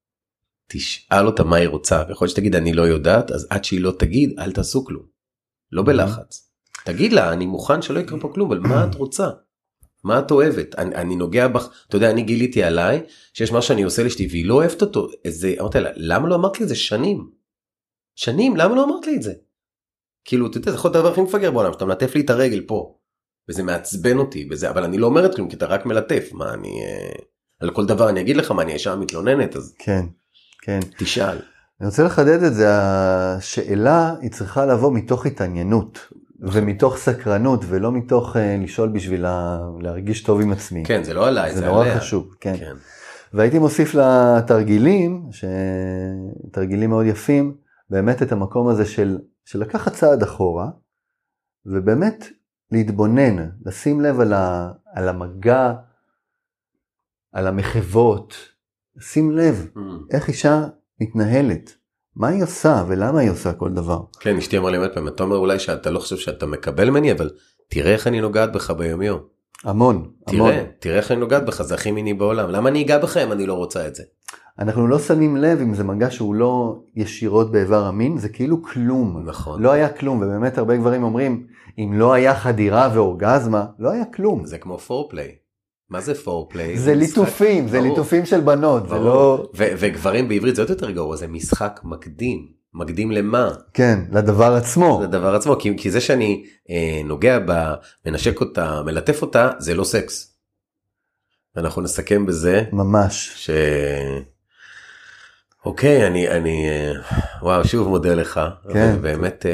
תשאל אותה מה היא רוצה, ויכול להיות שתגיד, אני לא יודעת, אז עד שהיא לא תגיד, אל תעשו כלום. לא בלחץ. תגיד לה, אני מוכן שלא יקרה פה כלום, אבל מה את רוצה? מה את אוהבת? אני, אני נוגע בך, אתה יודע, אני גיליתי עליי, שיש מה שאני עושה לשתי, והיא לא אוהבת אותו. איזה, אמרתי לה, למה לא אמרת לי את זה? שנים. שנים, למה לא אמרת לי את זה? כאילו, אתה יודע, זה יכול להיות הדבר הכי מפגר בעולם, שאתה מלטף לי את הרגל פה, וזה מעצבן אותי, וזה, אבל אני לא אומרת כלום, כי אתה רק מלטף. מה, אני, על כל דבר אני אגיד לך, מה, אני אישה מתלוננת, אז... כן, כן. תשאל. אני רוצה לחדד את זה, השאלה היא צריכה לבוא מתוך התעניינות, ומתוך סקרנות, ולא מתוך uh, לשאול בשביל לה, להרגיש טוב עם עצמי. כן, זה לא עליי, זה, זה עליה. זה נורא חשוב, כן. כן. והייתי מוסיף לתרגילים, תרגילים מאוד יפים, באמת את המקום הזה של, של לקחת צעד אחורה, ובאמת להתבונן, לשים לב על, ה, על המגע, על המחוות, שים לב mm. איך אישה מתנהלת, מה היא עושה ולמה היא עושה כל דבר. כן, אשתי אמרה לי מאוד פעם, אתה אומר אולי שאתה לא חושב שאתה מקבל ממני, אבל תראה איך אני נוגעת בך ביום יום. המון, תראה, המון. תראה איך אני נוגעת בך, זה הכי מיני בעולם. למה אני אגע בך אם אני לא רוצה את זה? אנחנו לא שמים לב אם זה מגע שהוא לא ישירות באיבר המין, זה כאילו כלום. נכון. לא היה כלום, ובאמת הרבה גברים אומרים, אם לא היה חדירה ואורגזמה, לא היה כלום. זה כמו פורפליי. מה זה פורפליי? זה ליטופים, זה ליטופים של בנות, זה לא... וגברים בעברית זה עוד יותר גרוע, זה משחק מקדים. מקדים למה? כן, לדבר עצמו. לדבר עצמו, כי, כי זה שאני אה, נוגע בה, מנשק אותה, מלטף אותה, זה לא סקס. אנחנו נסכם בזה. ממש. ש... אוקיי, אני, אני, וואו, שוב מודה לך. כן. באמת,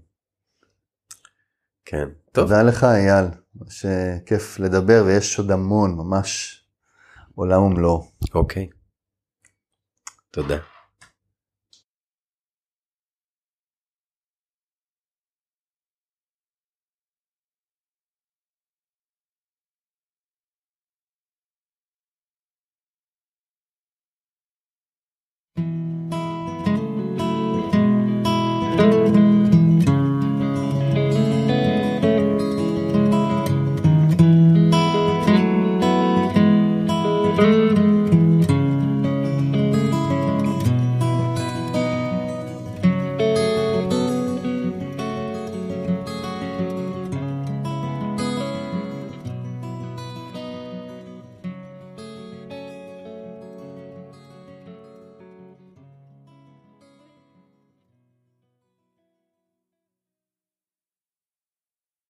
כן, טוב. תודה לך, אייל. שכיף לדבר, ויש עוד המון, ממש עולם ומלואו. אוקיי. תודה.